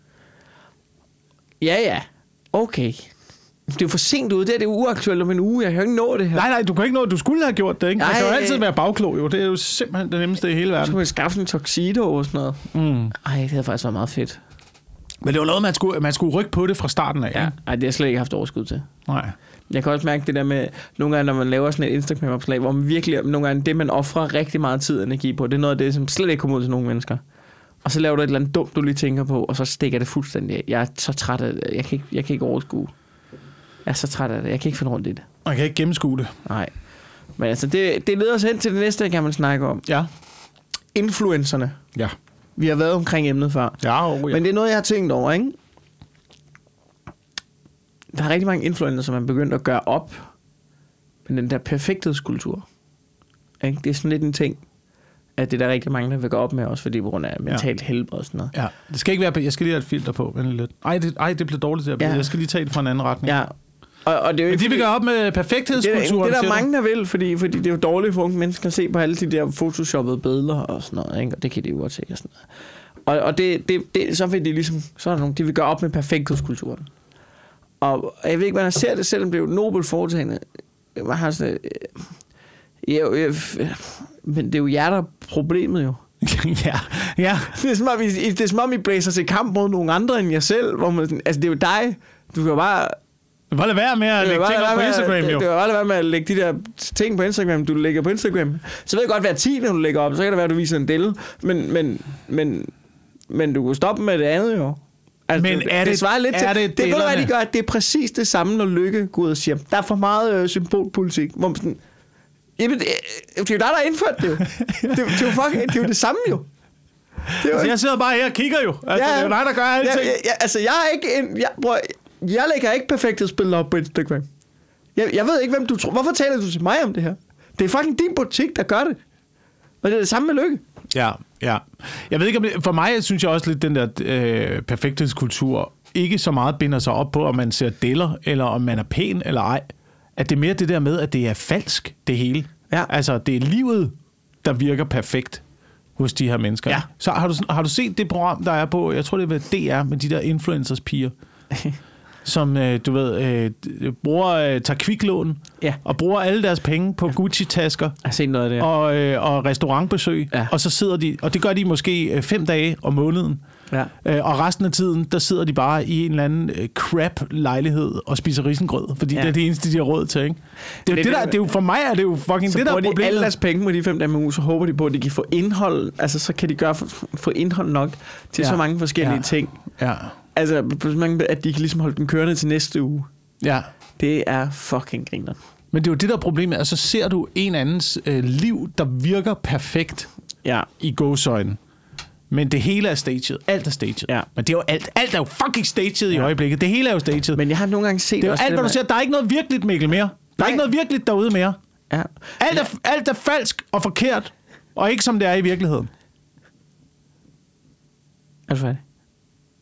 [SPEAKER 1] Ja. Okay. Det er jo for sent ude. Det er uaktuelt om en uge. Jeg kan jo ikke nå det her.
[SPEAKER 2] Nej, du kan ikke nå det. Du skulle have gjort det, ikke?
[SPEAKER 1] Nej,
[SPEAKER 2] man kan jo altid være bagklog, jo. Det er jo simpelthen det nemmeste i hele verden.
[SPEAKER 1] Så kunne man skaffe en tuxedo og sådan noget. Ej, det havde faktisk været meget fedt.
[SPEAKER 2] Men det var noget, man skulle rykke på det fra starten af.
[SPEAKER 1] Ja. Ej, det har jeg slet ikke haft overskud til.
[SPEAKER 2] Nej.
[SPEAKER 1] Jeg kan også mærke det der med, nogle gange, når man laver sådan et Instagram-opslag, hvor man virkelig, nogle gange, det man offrer rigtig meget tid og energi på, det er noget af det, som slet ikke kommer ud til nogle mennesker. Og så laver du et eller andet dumt, du lige tænker på, og så stikker det fuldstændig af. Jeg er så træt af det. Jeg kan ikke overskue. Jeg er så træt af det. Jeg kan ikke finde rundt i det.
[SPEAKER 2] Man kan ikke gennemskue det.
[SPEAKER 1] Nej. Men altså, det leder os hen til det næste, kan man snakke om.
[SPEAKER 2] Ja.
[SPEAKER 1] Influencerne.
[SPEAKER 2] Ja.
[SPEAKER 1] Vi har været omkring emnet før.
[SPEAKER 2] Ja.
[SPEAKER 1] Men det er noget, jeg har tænkt over, ikke? Der er rigtig mange influencer, som er begyndt at gøre op med den der perfekthedskultur. Ikke? Det er sådan lidt en ting, at det er der rigtig mange, der vil gå op med også, fordi på grund af mentalt helbred og sådan noget.
[SPEAKER 2] Ja, det skal ikke være... Jeg skal lige have et filter på. Lidt. Det bliver dårligt der. Ja. Jeg skal lige tage det fra en anden retning.
[SPEAKER 1] Ja. Og det er jo
[SPEAKER 2] ikke, men de vil gøre op med perfekthedskulturen.
[SPEAKER 1] Det er der mange, der vil, fordi det er jo dårligt for unge mennesker at se på alle de der photoshoppede billeder og sådan noget. Ikke? Og det kan de jo godt se og sådan noget. Og det så vil de ligesom... Så er der nogle, de vil gøre op med perfekthedskulturen. Og jeg ved ikke, hvordan jeg ser det, selvom det er jo nobelt foretagende. Man har sådan... men det er jo jer, der er problemet jo.
[SPEAKER 2] ja.
[SPEAKER 1] Det er som om, I blæser til kamp mod nogle andre end jer selv. Hvor man, altså, det er jo dig. Du kan jo bare...
[SPEAKER 2] Bare lade være med at lægge ting op på Instagram, jo. Det
[SPEAKER 1] kan bare lade være med at lægge de der ting på Instagram, du lægger på Instagram. Så ved jeg godt, hver 10, når du lægger op, så kan det være, at du viser en del. Men du kan stoppe med det andet, jo. Altså, men det svarer lidt til... Det ved du, hvad de gør? Det er præcis det samme, når Lykke går ud og siger, der er for meget symbolpolitik. Hvor man sådan... Jamen, det er jo dig, der har indført det jo. Det er jo det samme jo.
[SPEAKER 2] Altså, jeg sidder bare her og kigger jo. Altså, det er jo dig, der gør alle ting.
[SPEAKER 1] Altså, jeg er ikke... Jeg lægger ikke perfekthedsbilleder op på Instagram. Jeg ved ikke, hvem du tror... Hvorfor taler du til mig om det her? Det er fucking din butik, der gør det. Og det er det samme med Lykke.
[SPEAKER 2] Ja. Jeg ved ikke, om det, for mig synes jeg også lidt, den der perfekthedskultur ikke så meget binder sig op på, om man ser deller, eller om man er pæn eller ej. At det er mere det der med, at det er falsk, det hele. Ja. Altså, det er livet, der virker perfekt hos de her mennesker. Ja. Så har du set det program, der er på, jeg tror det er DR, med de der influencers-piger, som, du ved, tager kviklån, og bruger alle deres penge på Gucci-tasker.
[SPEAKER 1] Jeg har set noget af det.
[SPEAKER 2] Og restaurantbesøg. Ja. Og så sidder de, og det gør de måske 5 dage om måneden. Ja. Og resten af tiden, der sidder de bare i en eller anden crap-lejlighed og spiser risengrød, fordi det er det eneste, de har råd til, ikke? Det er jo for mig er det jo fucking
[SPEAKER 1] så
[SPEAKER 2] det der problem. Så
[SPEAKER 1] bruger de alle deres penge med de 5 dage med uge, så håber de på, at de kan få indhold, altså så kan de få indhold nok til så mange forskellige ting. Ja. Altså, at de kan ligesom holde den kørende til næste uge. Ja. Det er fucking griner.
[SPEAKER 2] Men det er jo det der problemet, altså ser du en andens liv, der virker perfekt i gåseøjne. Men det hele er staged. Alt er staged. Ja. Men det er jo alt er jo fucking staged i øjeblikket. Det hele er jo staged.
[SPEAKER 1] Men jeg har nogle gange set...
[SPEAKER 2] Det er jo alt, hvad du siger. Der er ikke noget virkeligt, Mikkel, mere. Der er ikke noget virkeligt derude mere. Ja. Alt er falsk og forkert, og ikke som det er i virkeligheden.
[SPEAKER 1] Er du færdig?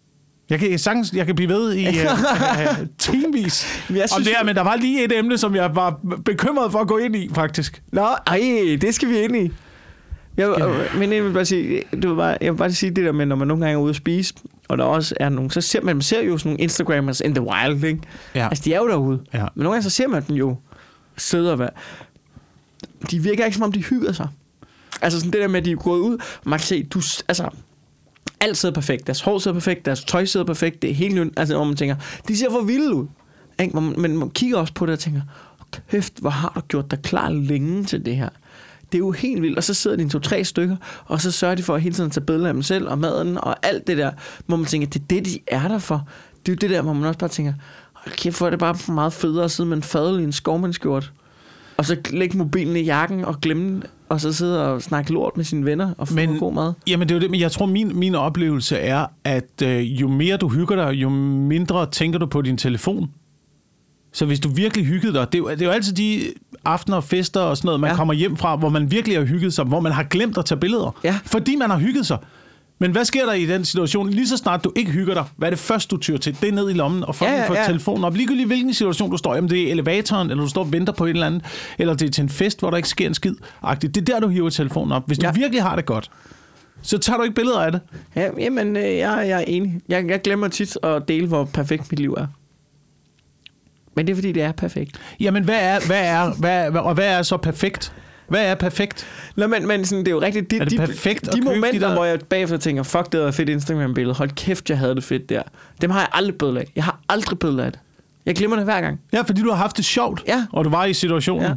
[SPEAKER 2] Jeg kan blive ved i timevis om det her, men der var lige et emne, som jeg var bekymret for at gå ind i, faktisk.
[SPEAKER 1] Nå, det skal vi ind i. Men jeg vil bare sige det der med, når man nogle gange er ude at spise, og der også er nogen, så ser man ser jo sådan nogle Instagrammers in the wild, ikke?
[SPEAKER 2] Ja.
[SPEAKER 1] Altså, de er jo derude.
[SPEAKER 2] Ja.
[SPEAKER 1] Men nogle gange så ser man dem jo sidde og være. De virker ikke, som om de hygger sig. Altså sådan det der med, at de er gået ud, og man kan se, alt sidder perfekt. Deres hår sidder perfekt, deres tøj sidder perfekt, det er helt nyt. Altså, hvor man tænker, de ser for vilde ud. Ikke? Men man kigger også på det og tænker, kæft, hvor har du gjort dig klar længe til det her. Det er jo helt vildt. Og så sidder de 2-3 stykker, og så sørger de for at hele tiden tage billeder af dem selv, og maden, og alt det der, hvor man tænker, det er det, de er der for. Det er jo det der, hvor man også bare tænker, kæft, hvor er det bare meget federe at sidde med en fadel i en skovmandskjort, og så lægge mobilen i jakken og glemme, og så sidde og snakke lort med sine venner og få god mad. Jamen
[SPEAKER 2] det er jo det, men jeg tror min oplevelse er, at jo mere du hygger dig, jo mindre tænker du på din telefon. Så hvis du virkelig hyggede dig, det er jo altid de aftener og fester og sådan noget, man kommer hjem fra, hvor man virkelig har hygget sig, hvor man har glemt at tage billeder.
[SPEAKER 1] Ja.
[SPEAKER 2] Fordi man har hygget sig. Men hvad sker der i den situation? Lige så snart du ikke hygger dig, hvad er det første, du tyr til? Det er ned i lommen og få telefonen op. Ligegyldigt hvilken situation du står i, om det er elevatoren, eller du står og venter på et eller andet, eller det er til en fest, hvor der ikke sker en skid. Det er der, du hiver telefonen op. Hvis du virkelig har det godt, så tager du ikke billeder af det.
[SPEAKER 1] Ja, jamen, jeg er enig. Jeg glemmer tit at dele, hvor perfekt mit liv er. Men det er, fordi det er perfekt.
[SPEAKER 2] Jamen, hvad er så perfekt? Hvad er perfekt?
[SPEAKER 1] Nå, men sådan, det er jo rigtigt. De momenter, hvor jeg bagefter tænker, fuck, det var et fedt Instagram-billede. Hold kæft, jeg havde det fedt der. Dem har jeg aldrig billeder af. Jeg har aldrig billeder af det. Jeg glemmer det hver gang.
[SPEAKER 2] Ja, fordi du har haft det sjovt, og du var i situationen.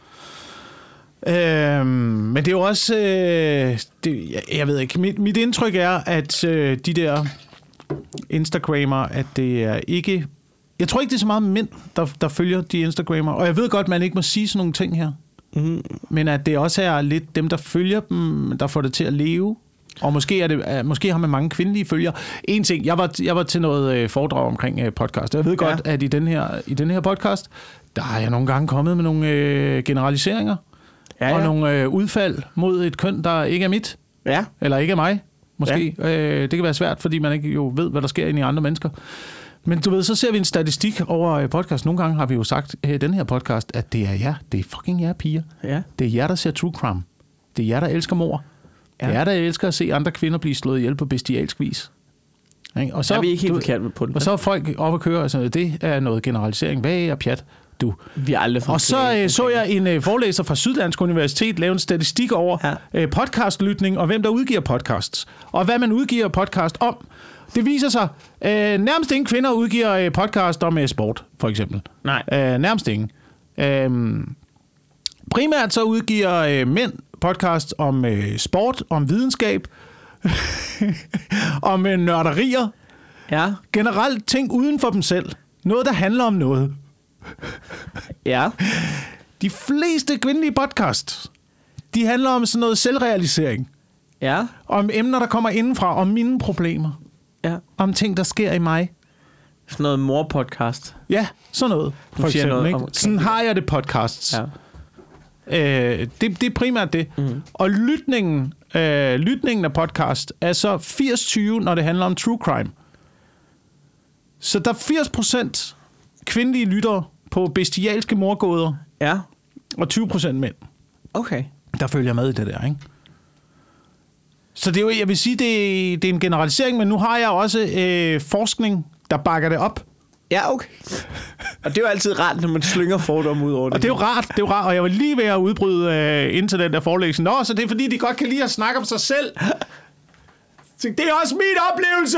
[SPEAKER 2] Ja. Men det er jo også... jeg ved ikke. Mit indtryk er, at de der Instagrammer, at det er ikke... Jeg tror ikke, det er så meget mænd, der følger de Instagrammer. Og jeg ved godt, man ikke må sige sådan nogle ting her. Men at det også er lidt dem, der følger dem, der får det til at leve. Og måske har man mange kvindelige følgere. En ting, jeg var til noget foredrag omkring podcast. Jeg ved godt, at i den her podcast, der er jeg nogle gange kommet med nogle generaliseringer. Og nogle udfald mod et køn, der ikke er mit. Ja. Eller ikke er mig, måske. Ja. Det kan være svært, fordi man ikke jo ved, hvad der sker inde i andre mennesker. Men du ved, så ser vi en statistik over podcast. Nogle gange har vi jo sagt i den her podcast, at det er jer. Det er fucking jer, piger. Ja. Det er jer, der ser true crime. Det er jer, der elsker mord. Ja. Det er jer, der elsker at se andre kvinder blive slået ihjel på bestialsk vis. Og så er vi ikke helt forkert på det. Og så er folk op og køre, altså, det er noget generalisering. Hvad er pjat? Du. Vi aldrig og så jeg en forelæser fra Syddansk Universitet lave en statistik over podcastlytning og hvem der udgiver podcasts. Og hvad man udgiver podcast om. Det viser sig, nærmest ingen kvinder udgiver podcast om sport, for eksempel. Nej. Nærmest ingen. Primært så udgiver mænd podcast om sport, om videnskab, om nørderier. Ja. Generelt ting uden for dem selv. Noget, der handler om noget. Ja. De fleste kvindelige podcasts, de handler om sådan noget selvrealisering. Ja. Om emner, der kommer indenfra, om mine problemer. Ja. Om ting, der sker i mig. Sådan noget mor-podcast. Ja, sådan noget. For eksempel, ikke? Sådan har jeg det podcasts. Ja. Det er primært det. Mm. Og lytningen af podcast er så 80-20, når det handler om true crime. Så der er 80% kvindelige lyttere på bestialske morgåder. Ja. Og 20% mænd. Okay. Der følger med i det der, ikke? Så det er jo, jeg vil sige, det er en generalisering, men nu har jeg også forskning, der bakker det op. Ja, okay. Og det er jo altid rart, når man slynger fordomme ud over det. Og det er jo rart, og jeg var lige ved at udbryde ind til den der forelæsning. Nå, så det er fordi, de godt kan lide at snakke om sig selv. Så det er også min oplevelse!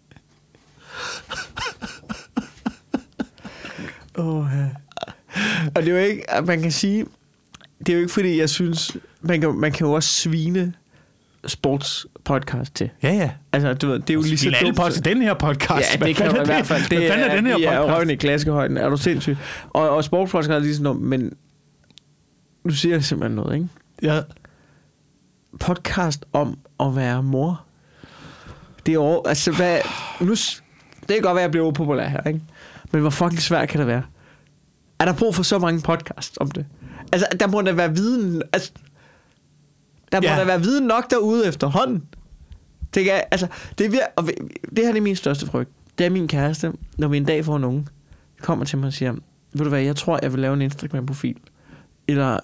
[SPEAKER 2] Og det er jo ikke, man kan sige, det er jo ikke fordi, jeg synes, man kan jo også svine sportspodcast til. Ja, ja. Altså, du ved, det er jo lige så dumt. Den her podcast. Ja, det kan jo i hvert fald. Det er den her podcast. Ja, røven i klaskehøjden. Er du sindssyg? Og sportspodcast er lige sådan noget, men nu siger jeg simpelthen noget, ikke? Ja. Podcast om at være mor. Det er jo, altså, hvad... Nu, det kan godt være, at jeg bliver upopulær her, ikke? Men hvor fucking svært kan det være? Er der brug for så mange podcasts om det? Altså, der må der være viden... Altså, der må der være viden nok derude efterhånden. Det her er min største frygt.
[SPEAKER 1] det er min kæreste, når vi en dag får en unge, kommer til mig og siger, ved du hvad, jeg tror, jeg vil lave en Instagram-profil, eller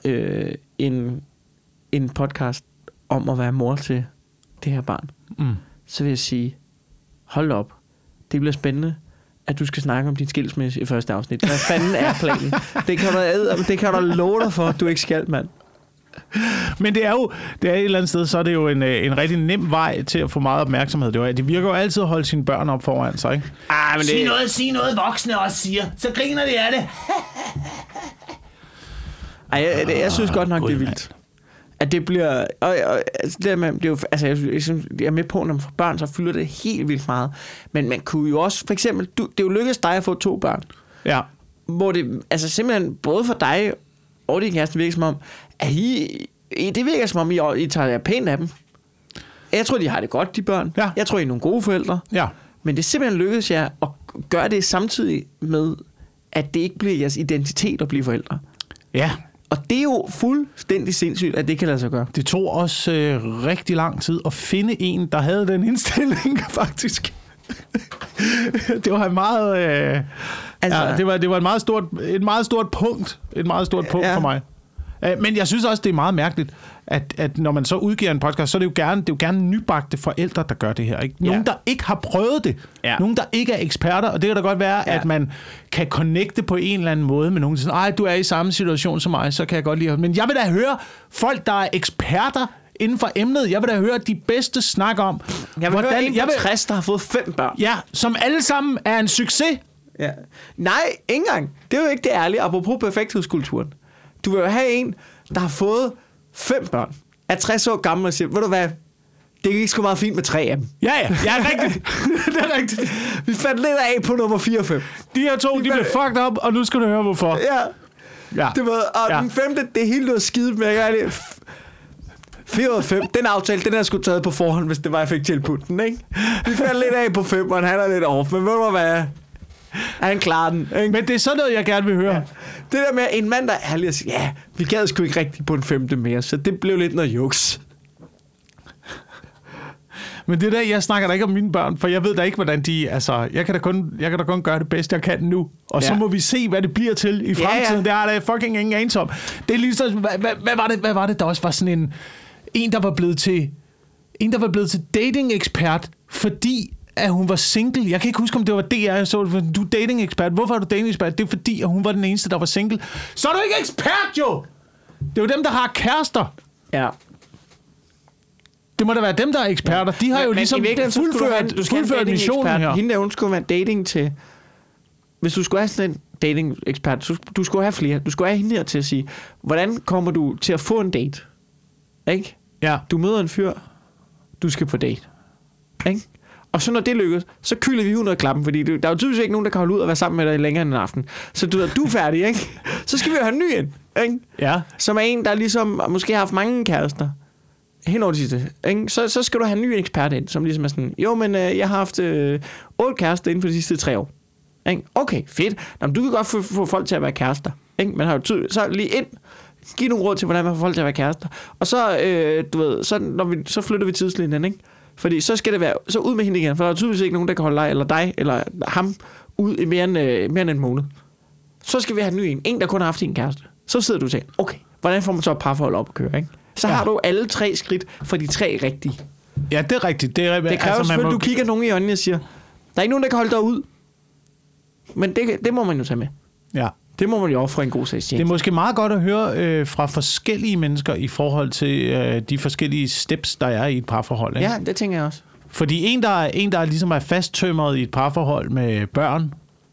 [SPEAKER 1] en podcast om at være mor til det her barn. Så vil jeg sige, hold op, det bliver spændende, at du skal snakke om din skilsmisse i første afsnit. Hvad fanden er planen? Det kan du love dig for, at du ikke skal, mand.
[SPEAKER 2] Men det er et eller andet sted, så er det jo en rigtig nem vej til at få meget opmærksomhed. Det virker jo altid at holde sine børn op foran sig, ikke?
[SPEAKER 1] Men
[SPEAKER 2] Sig noget voksne også siger. Så griner de af det.
[SPEAKER 1] Jeg synes godt nok, det er vildt. At det bliver... Altså, det er jo, altså, jeg er med på, når man får børn, så fylder det helt vildt meget. Men man kunne jo også... For eksempel, det er jo lykkedes dig at få 2 børn.
[SPEAKER 2] Ja.
[SPEAKER 1] Hvor det... Altså simpelthen, både for dig og din kæreste virker som om, at det virker som om, I tager pænt af dem. Jeg tror, de har det godt, de børn.
[SPEAKER 2] Ja.
[SPEAKER 1] Jeg tror, I er nogle gode forældre.
[SPEAKER 2] Ja.
[SPEAKER 1] Men det er simpelthen lykkedes jer at gøre det samtidig med, at det ikke bliver jeres identitet at blive forældre.
[SPEAKER 2] Ja.
[SPEAKER 1] Og det er jo fuldstændig sindssygt, at det kan lade sig gøre.
[SPEAKER 2] Det tog også rigtig lang tid at finde en, der havde den indstilling, faktisk. Det var en meget... det var et meget stort punkt. Et meget stort punkt for mig. Men jeg synes også, det er meget mærkeligt, at når man så udgiver en podcast, så er det jo gerne nybagte forældre, der gør det her. Ikke? Nogen, der ikke har prøvet det. Ja. Nogen, der ikke er eksperter. Og det kan da godt være, at man kan connecte på en eller anden måde med nogen, der siger, ej, du er i samme situation som mig, så kan jeg godt lide. Men jeg vil da høre folk, der er eksperter inden for emnet. Jeg vil da høre de bedste snak om.
[SPEAKER 1] Jeg vil høre en på 60, der har fået 5 børn.
[SPEAKER 2] Ja, som alle sammen er en succes.
[SPEAKER 1] Ja. Nej, ikke engang. Det er jo ikke det ærlige. Apropos perfekthedskulturen. Du vil jo have en, der har fået 5 børn, er 60 år gammel og siger, ved du hvad, det gik sgu meget fint med 3 af dem.
[SPEAKER 2] Ja, rigtigt. Det er rigtigt.
[SPEAKER 1] Vi fandt lidt af på nummer 4 og 5.
[SPEAKER 2] De her 2, de blev fucked up, og nu skal du høre, hvorfor.
[SPEAKER 1] Ja. Det var, og den 5. det hele noget skide med. 4 og 5, den aftale, den er sgu taget på forhånd, hvis det var, jeg fik tilbudt den, ikke? Vi fandt lidt af på 5, og han er lidt off, men ved du hvad, han klarer den, ikke?
[SPEAKER 2] Men det er sådan noget, jeg gerne vil høre. Ja.
[SPEAKER 1] Det der med en mand, der er ærlig og siger, ja, vi gad sgu ikke rigtig på en 5. mere, så det blev lidt noget juks.
[SPEAKER 2] Men det der, jeg snakker da ikke om mine børn, for jeg ved da ikke, hvordan de... Altså, jeg kan da kun gøre det bedste, jeg kan nu. Og så må vi se, hvad det bliver til i fremtiden. Ja. Det er der fucking ingen anelse om. Det er lige så... Hvad var det, der også var sådan en der var blevet til dating-ekspert, fordi at hun var single. Jeg kan ikke huske, om det var DR, jeg så det. Du er dating-ekspert. Hvorfor er du dating-ekspert? Det er fordi, at hun var den eneste, der var single. Så er du ikke ekspert, jo! Det er jo dem, der har kærester.
[SPEAKER 1] Ja.
[SPEAKER 2] Det må da være dem, der er eksperter. De har jo ligesom fuldført missionen her.
[SPEAKER 1] Hende der, hun skulle være dating til... Hvis du skulle have sådan en dating-ekspert, du skulle have flere. Du skulle have hende her til at sige, hvordan kommer du til at få en date? Ikke?
[SPEAKER 2] Ja.
[SPEAKER 1] Du møder en fyr, du skal på date. Ikke? Og så når det lykkes, så kylder vi ud af klappen, fordi der er jo typisk ikke nogen, der kan holde ud og være sammen med dig længere end en aften. Så du er færdig, ikke? Så skal vi jo have en ny ind, ikke? Ja. Som er en, der ligesom måske har haft mange kærester hen over det sidste, ikke? Så skal du have en ny ekspert ind, som ligesom er sådan, jo, men jeg har haft 8 kærester inden for de sidste 3 år. Ikke? Okay, fedt. Nå, men du kan godt få folk til at være kærester, ikke? Men har jo så lige ind, giv nogle råd til, hvordan man får folk til at være kærester. Og så, du ved, så flytter vi tidslinjen, ikke? Fordi så skal det være, så ud med hende igen, for der er tydeligvis ikke nogen, der kan holde dig, eller dig, eller ham, ud i mere end en måned. Så skal vi have en ny en, der kun har haft en kæreste. Så sidder du og tænker, okay, hvordan får man så et parforhold op at køre, ikke? Så har du alle 3 skridt for de 3 rigtige.
[SPEAKER 2] Ja, det er rigtigt. Det kræver
[SPEAKER 1] altså, selvfølgelig, at du kigger nogen i øjnene og siger, der er ikke nogen, der kan holde dig ud. Men det må man jo tage med. Ja. Det må man jo ofre en god sags tjeneste.
[SPEAKER 2] Det er måske meget godt at høre fra forskellige mennesker i forhold til de forskellige steps, der er i et parforhold. Ikke?
[SPEAKER 1] Ja, det tænker jeg også.
[SPEAKER 2] Fordi en, der ligesom er fasttømret i et parforhold med børn,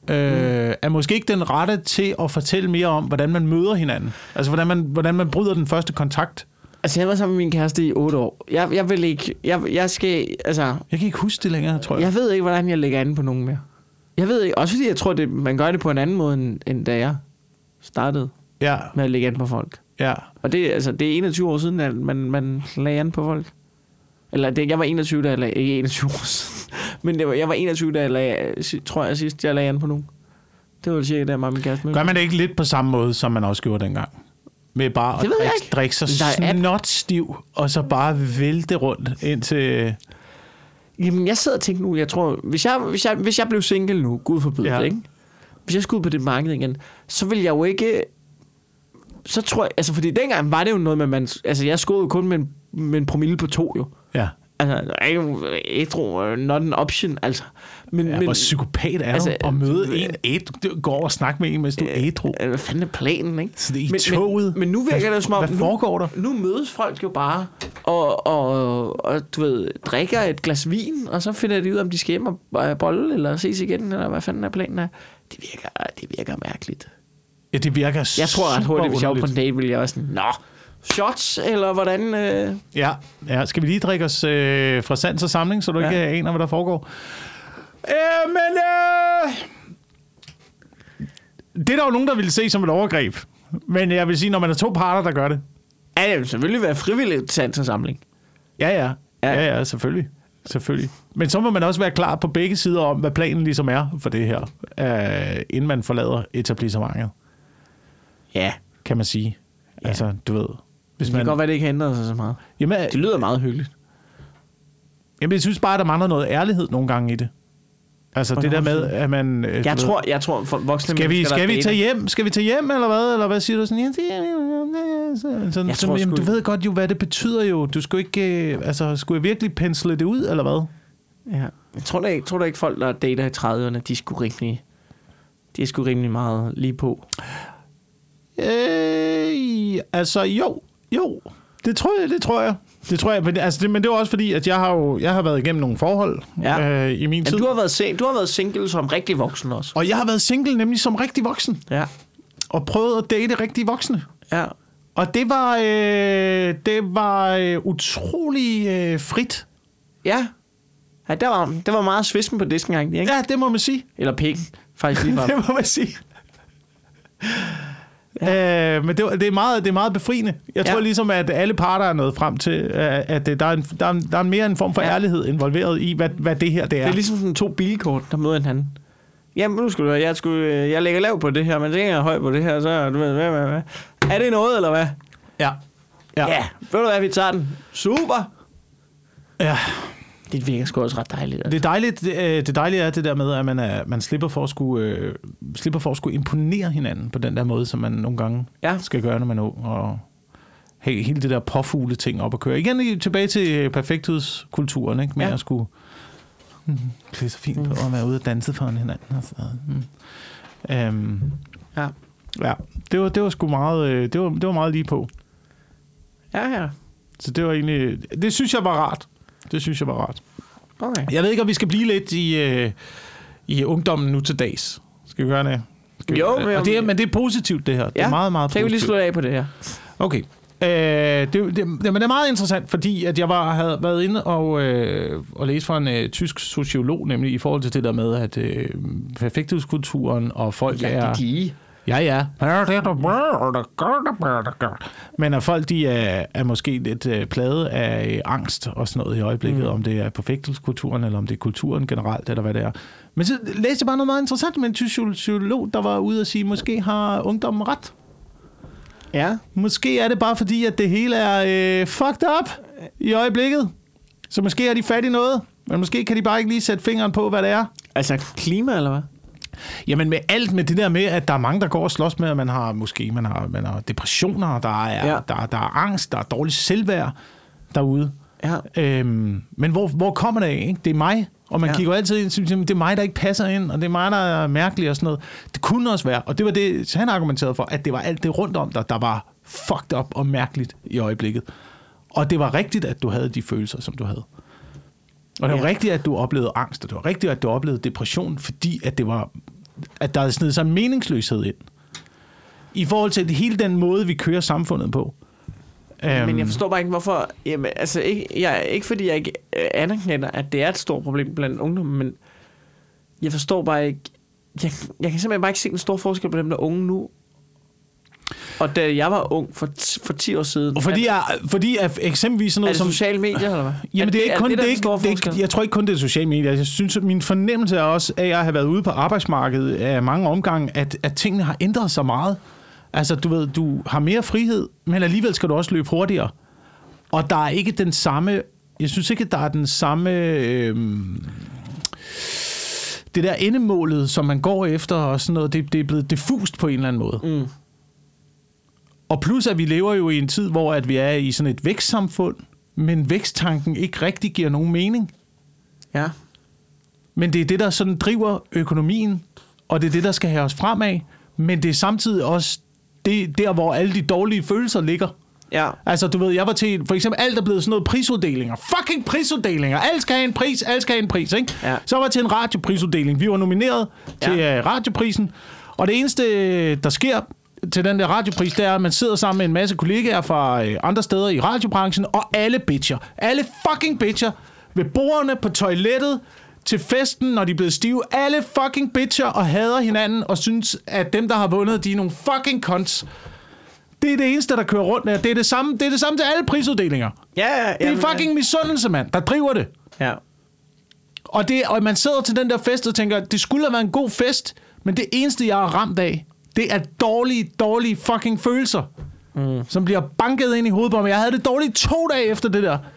[SPEAKER 2] er måske ikke den rette til at fortælle mere om, hvordan man møder hinanden. Altså, hvordan man bryder den første kontakt.
[SPEAKER 1] Altså, jeg var sammen med min kæreste i 8 år. Jeg vil ikke... Jeg skal... Altså...
[SPEAKER 2] Jeg kan ikke huske det længere, tror jeg.
[SPEAKER 1] Jeg ved ikke, hvordan jeg lægger an på nogen mere. Jeg ved ikke... Også fordi jeg tror, man gør det på en anden måde, end da jeg startede med at lægge an på folk. Ja. Og det er 21 år siden, at man lagde an på folk. Eller jeg var 21, da jeg lagde... Ikke 21 år siden. Men jeg var 21, da jeg lagde... Tror jeg sidst, jeg lagde an på nogen. Det var cirka der, min kæreste mødte.
[SPEAKER 2] Gør man det ikke lidt på samme måde, som man også gjorde dengang? Med bare at drikke sig snotstiv, og så bare vælte rundt indtil...
[SPEAKER 1] Jamen, jeg sidder og tænker nu, jeg tror, hvis jeg blev single nu, Gud forbyde det, ikke? Hvis jeg skulle ud på det marked igen, så ville jeg jo ikke... Så tror jeg... Altså, fordi dengang var det jo noget med, man... Altså, jeg skåede jo kun med en promille på 2, jo.
[SPEAKER 2] Ja.
[SPEAKER 1] Altså, jeg tror, not an option, altså. Men,
[SPEAKER 2] hvor psykopat er altså, du at møde en ædru, gå over og snakke med en, mens du er ædru.
[SPEAKER 1] Hvad fanden er planen, ikke?
[SPEAKER 2] Så det er i toget.
[SPEAKER 1] Men nu virker det som om...
[SPEAKER 2] Hvad foregår der?
[SPEAKER 1] Nu mødes folk jo bare og du ved, drikker et glas vin, og så finder de ud, om de skal hjem og bolle, eller ses igen, eller hvad fanden er planen er. Det virker mærkeligt.
[SPEAKER 2] Ja, det virker super.
[SPEAKER 1] Jeg tror ret hurtigt, hvis jeg var på en date, ville jeg også sådan, nå, shots, eller hvordan...
[SPEAKER 2] Ja, skal vi lige drikke os fra sans og samling, så du ikke aner, hvad der foregår? Det er der jo nogen, der ville se som et overgreb. Men jeg vil sige, når man er 2 parter, der gør det.
[SPEAKER 1] Ja, det vil selvfølgelig være frivilligt sans og samling.
[SPEAKER 2] Ja, selvfølgelig. Men så må man også være klar på begge sider om, hvad planen ligesom er for det her, inden man forlader etablissementet.
[SPEAKER 1] Ja.
[SPEAKER 2] Kan man sige. Ja. Altså, du ved...
[SPEAKER 1] Det kan godt være, det ikke har ændret sig så meget. Jamen, det lyder meget hyggeligt.
[SPEAKER 2] Jamen, jeg synes bare, at der mangler noget ærlighed nogle gange i det. Altså, det der med, at man...
[SPEAKER 1] Jeg tror for voksne
[SPEAKER 2] skal vi tage hjem? Skal vi tage hjem, eller hvad? Eller hvad siger du sådan? Jamen, du ved godt jo, hvad det betyder jo. Du skulle ikke... skulle jeg virkelig pensle det ud, eller hvad?
[SPEAKER 1] Ja. Jeg tror da ikke folk, der dater i 30'erne, de er sgu rimelig meget lige på.
[SPEAKER 2] Jo. Det tror jeg. Men det var også fordi, at jeg har været igennem nogle forhold i min tid.
[SPEAKER 1] Du har været single som rigtig voksen også.
[SPEAKER 2] Og jeg har været single nemlig som rigtig voksen.
[SPEAKER 1] Ja.
[SPEAKER 2] Og prøvet at date rigtig voksne.
[SPEAKER 1] Ja.
[SPEAKER 2] Og det var utrolig frit.
[SPEAKER 1] Ja. Ja, der var meget svisken på disken egentlig, ikke?
[SPEAKER 2] Ja, det må man sige.
[SPEAKER 1] Eller pikken, faktisk lige frem.
[SPEAKER 2] Det må man sige. Ja. Men det er meget befriende. Jeg tror ligesom, at alle parter er nået frem til, at der er mere en form for ærlighed involveret i, hvad det her det er.
[SPEAKER 1] Det er ligesom sådan 2 bilkort, der møder hinanden. Jamen, nu skal du høre, jeg lægger lav på det her, men så er jeg høj på det her, så du ved, hvad. Er det noget, eller hvad?
[SPEAKER 2] Ja.
[SPEAKER 1] Ved du hvad, vi tager den. Super!
[SPEAKER 2] Ja.
[SPEAKER 1] Det virker sgu også ret dejligt. Altså.
[SPEAKER 2] Det dejlige er det der med, at man slipper for at skulle imponere hinanden på den der måde, som man nogle gange skal gøre, når man er ung, og have hele det der påfugle ting op at køre. Igen tilbage til perfekthedskulturen, ikke? Med at skulle klæde sig fint på og være ude og danse for hinanden. Ja, det var sgu meget, det var meget lige på.
[SPEAKER 1] Ja.
[SPEAKER 2] Så det var egentlig, det synes jeg var rart.
[SPEAKER 1] Okay.
[SPEAKER 2] Jeg ved ikke, om vi skal blive lidt i ungdommen nu til dags. Skal vi gøre det? Men det er positivt, det her. Det er meget, meget positivt.
[SPEAKER 1] Kan vi lige slå af på det her?
[SPEAKER 2] Okay. Men det er meget interessant, fordi at jeg havde været inde og læse fra en tysk sociolog, nemlig i forhold til det der med, at perfekthedskulturen og folk er... Ja. Men at folk, de er måske lidt plaget af angst og sådan noget i øjeblikket, om det er perfekthedskulturen, eller om det er kulturen generelt, eller hvad det er. Men så læste jeg bare noget meget interessant med en tysk sociolog, der var ude og sige, måske har ungdommen ret.
[SPEAKER 1] Ja.
[SPEAKER 2] Måske er det bare fordi, at det hele er fucked up i øjeblikket. Så måske har de fat i noget, men måske kan de bare ikke lige sætte fingeren på, hvad det er.
[SPEAKER 1] Altså klima, eller hvad?
[SPEAKER 2] Jamen med det der med, at der er mange, der går og slås med, at man har depressioner, der er angst, der er dårligt selvværd derude.
[SPEAKER 1] Ja.
[SPEAKER 2] Men hvor kommer det af? Ikke? Det er mig. Og man kigger altid ind, synes, det er mig, der ikke passer ind, og det er mig, der er mærkelig og sådan noget. Det kunne også være, og det var det, han argumenterede for, at det var alt det rundt om dig, der var fucked up og mærkeligt i øjeblikket. Og det var rigtigt, at du havde de følelser, som du havde. Og det var rigtigt, at du oplevede angst, og det var rigtigt, at du oplevede depression, fordi at der havde snedet sig en meningsløshed ind. I forhold til hele den måde, vi kører samfundet på.
[SPEAKER 1] Men jeg forstår bare ikke, hvorfor... Jamen, altså, ikke fordi jeg ikke anerkender, at det er et stort problem blandt ungdommen, men jeg forstår bare ikke... Jeg kan simpelthen bare ikke se en stor forskel på dem, der er unge nu, og da jeg var ung for 10 år siden...
[SPEAKER 2] Og fordi at eksempelvis sådan noget
[SPEAKER 1] som... Er det sociale medier, eller hvad?
[SPEAKER 2] Jamen, det er ikke kun... Jeg tror ikke kun, det er sociale medier. Jeg synes, at min fornemmelse er også, at jeg har været ude på arbejdsmarkedet af mange omgange, at tingene har ændret sig meget. Altså, du ved, du har mere frihed, men alligevel skal du også løbe hurtigere. Og der er ikke den samme Jeg synes ikke, at der er den samme... det der endemålet, som man går efter, og sådan noget, det er blevet diffust på en eller anden måde.
[SPEAKER 1] Mm.
[SPEAKER 2] Og plus, at vi lever jo i en tid, hvor at vi er i sådan et vækstsamfund, men væksttanken ikke rigtig giver nogen mening.
[SPEAKER 1] Ja.
[SPEAKER 2] Men det er det, der sådan driver økonomien, og det er det, der skal have os fremad. Men det er samtidig også det der, hvor alle de dårlige følelser ligger.
[SPEAKER 1] Ja.
[SPEAKER 2] Altså, du ved, jeg var til, for eksempel, alt er blevet sådan noget prisuddelinger. Fucking prisuddelinger. Alt skal have en pris, alt skal have en pris, ikke?
[SPEAKER 1] Ja.
[SPEAKER 2] Så var jeg til en radioprisuddeling. Vi var nomineret til radioprisen. Og det eneste, der sker til den der radiopris, det er, at man sidder sammen med en masse kollegaer fra andre steder i radiobranchen, og alle bitcher. Alle fucking bitcher ved bordene, på toilettet, til festen, når de er blevet stive. Alle fucking bitcher og hader hinanden, og synes, at dem, der har vundet, de er nogle fucking cons. Det er det eneste, der kører rundt der. Det er det samme til alle prisuddelinger.
[SPEAKER 1] Ja.
[SPEAKER 2] Det er fucking misundelse, mand, der driver det.
[SPEAKER 1] Ja.
[SPEAKER 2] Og man sidder til den der fest og tænker, det skulle have været en god fest, men det eneste, jeg er ramt af, det er dårlige fucking følelser, som bliver banket ind i hovedet på mig. Jeg havde det dårligt 2 dage efter det der.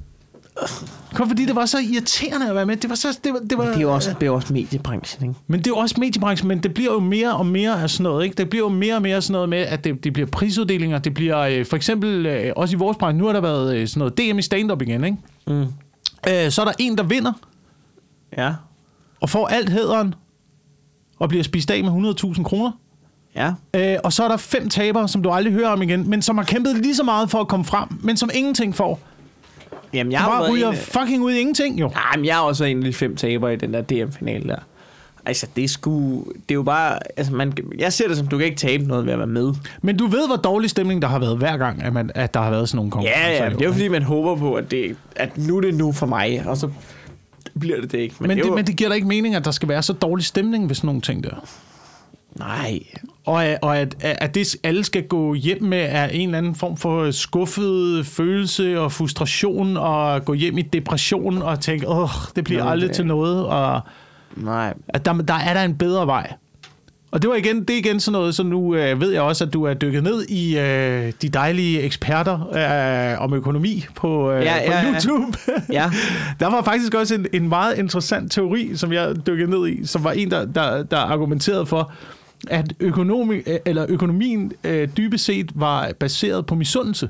[SPEAKER 2] Kun fordi det var så irriterende at være med. Det var
[SPEAKER 1] jo også mediebranchen, ikke?
[SPEAKER 2] Men det er jo også mediebranchen, men det bliver jo mere og mere af sådan noget, ikke? Det bliver jo mere og mere sådan noget med, at det bliver prisuddelinger. Det bliver for eksempel også i vores branche. Nu har der været sådan noget DM i stand-up igen, ikke? Mm. Så er der en, der vinder.
[SPEAKER 1] Ja.
[SPEAKER 2] Og får alt hæderen. Og bliver spist af med 100.000 kroner.
[SPEAKER 1] Ja.
[SPEAKER 2] Og så er der 5 tabere, som du aldrig hører om igen, men som har kæmpet lige så meget for at komme frem, men som ingenting får.
[SPEAKER 1] Jamen, jeg
[SPEAKER 2] bare ryger fucking ud i ingenting, jo.
[SPEAKER 1] Nej, men jeg er også en af de 5 tabere i den der DM-finale der. Altså, det er jo bare... Altså, jeg ser det som, du kan ikke tabe noget ved at være med.
[SPEAKER 2] Men du ved, hvor dårlig stemning der har været hver gang, at der har været sådan nogle konkurrencer.
[SPEAKER 1] Ja, det er jo fordi, man håber på, at nu er det nu for mig, og så bliver det ikke.
[SPEAKER 2] Men det giver da ikke mening, at der skal være så dårlig stemning ved sådan nogle ting der.
[SPEAKER 1] Nej.
[SPEAKER 2] Og at det alle skal gå hjem med er en eller anden form for skuffet følelse og frustration, og gå hjem i depression og tænke, det bliver aldrig til noget. Og
[SPEAKER 1] nej.
[SPEAKER 2] At der er der en bedre vej. Og det er igen sådan noget, så nu ved jeg også, at du er dykket ned i de dejlige eksperter om økonomi på YouTube.
[SPEAKER 1] Ja.
[SPEAKER 2] Der var faktisk også en meget interessant teori, som jeg dykkede ned i, som var en, der argumenterede for, at økonomien dybest set var baseret på misundelse.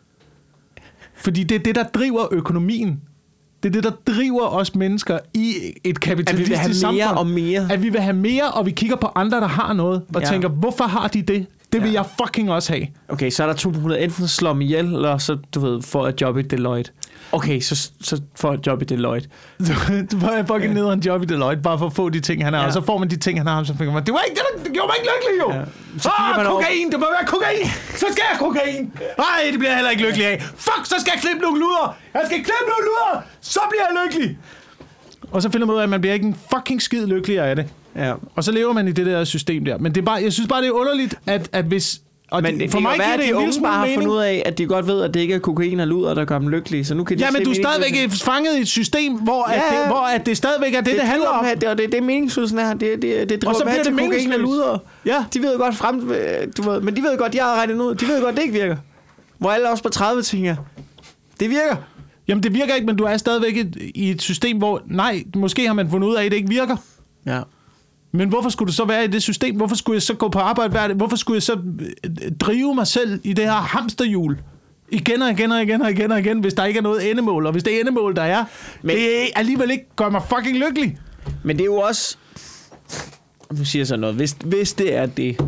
[SPEAKER 2] Fordi det er det, der driver økonomien. Det er det, der driver os mennesker i et kapitalistisk samfund.
[SPEAKER 1] At vi vil have mere og mere.
[SPEAKER 2] At vi vil have mere, og vi kigger på andre, der har noget, og tænker, hvorfor har de det? Det vil jeg fucking også have.
[SPEAKER 1] Okay, så er der 2 muligheder. Enten slå dem ihjel, eller så, får et job i Deloitte. Okay, så får et job i Deloitte.
[SPEAKER 2] Du får fucking ned en job i Deloitte, bare for at få de ting, han har. Og så får man de ting, han har, så tænker man, det var ikke det, der gjorde mig ikke lykkelig, jo. Ja. Kokain, det må være kokain. Så skal jeg kokain. Nej, det bliver jeg heller ikke lykkelig af. Fuck, så skal jeg klippe nogle luder. Jeg skal klippe nogle luder. Så bliver jeg lykkelig. Og så finder man ud af, at man bliver ikke en fucking skid lykkeligere af det.
[SPEAKER 1] Ja.
[SPEAKER 2] Og så lever man i det der system der. Men det er bare, jeg synes bare, det er underligt, at hvis... Og
[SPEAKER 1] men det for mig giver det en lille smule mening. Har fundet ud af, at de godt ved, at det ikke er kokain og luder, der gør dem lykkelige. Så nu kan de
[SPEAKER 2] men du er stadigvæk fanget i et system, hvor det stadigvæk er det handler om.
[SPEAKER 1] Det er meningsudsen her. Det driver med til kokain og luder.
[SPEAKER 2] Ja.
[SPEAKER 1] De ved godt men de ved godt, de har regnet ud. De ved godt, det ikke virker. Hvor alle også på 30 tænker, det virker.
[SPEAKER 2] Jamen, det virker ikke, men du er stadigvæk i et system, hvor, måske har man fundet ud af, at det ikke virker.
[SPEAKER 1] Ja.
[SPEAKER 2] Men hvorfor skulle du så være i det system? Hvorfor skulle jeg så gå på arbejde hver dag? Hvorfor skulle jeg så drive mig selv i det her hamsterhjul? Igen og igen, hvis der ikke er noget endemål. Og hvis det endemål, der er, men det alligevel ikke gør mig fucking lykkelig.
[SPEAKER 1] Men det er jo også... Nu siger jeg så noget. Hvis det er det,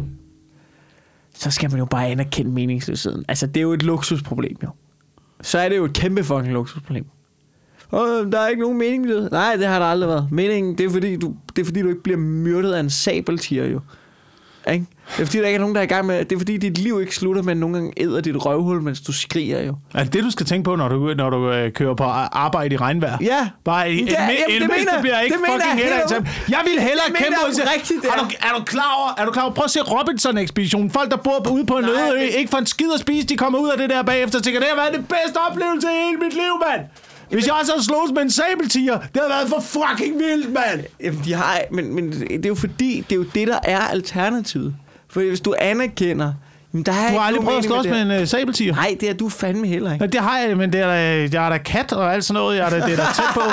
[SPEAKER 1] så skal man jo bare anerkende meningsløsheden. Altså, det er jo et luksusproblem, jo. Så er det jo et kæmpe fucking luksusproblem. Der er ikke nogen mening med det. Nej, det har der aldrig været. Meningen, det er fordi du ikke bliver myrdet af en sabeltiger, jo. Ikke? Det er fordi, der ikke er nogen, der er i gang med... Det er fordi, dit liv ikke slutter, men nogle gange æder dit røvhul, mens du skriger, jo.
[SPEAKER 2] Er det du skal tænke på, når du kører på arbejde i regnvejr?
[SPEAKER 1] Ja.
[SPEAKER 2] Bare det bliver ikke fucking heller. Jeg vil hellere kæmpe ud. Er du klar over? Prøv at se Robinson-ekspeditionen. Folk, der bor ude på en øde ø, ikke får en skid at spise, de kommer ud af det der bagefter og tænker, det har været det bedste oplevelse i hele mit liv, mand. Hvis jeg også havde slået med en sabeltiger, det havde været for fucking vildt, mand.
[SPEAKER 1] Jamen, men det er jo fordi, det er jo det, der er alternativet. For hvis du anerkender, Men
[SPEAKER 2] Du har aldrig prøvet at slås med en sabeltiger?
[SPEAKER 1] Nej, det er du fandme heller ikke.
[SPEAKER 2] Ja, det har jeg, men det er jeg er da kat og alt sådan noget. Det er da tæt på.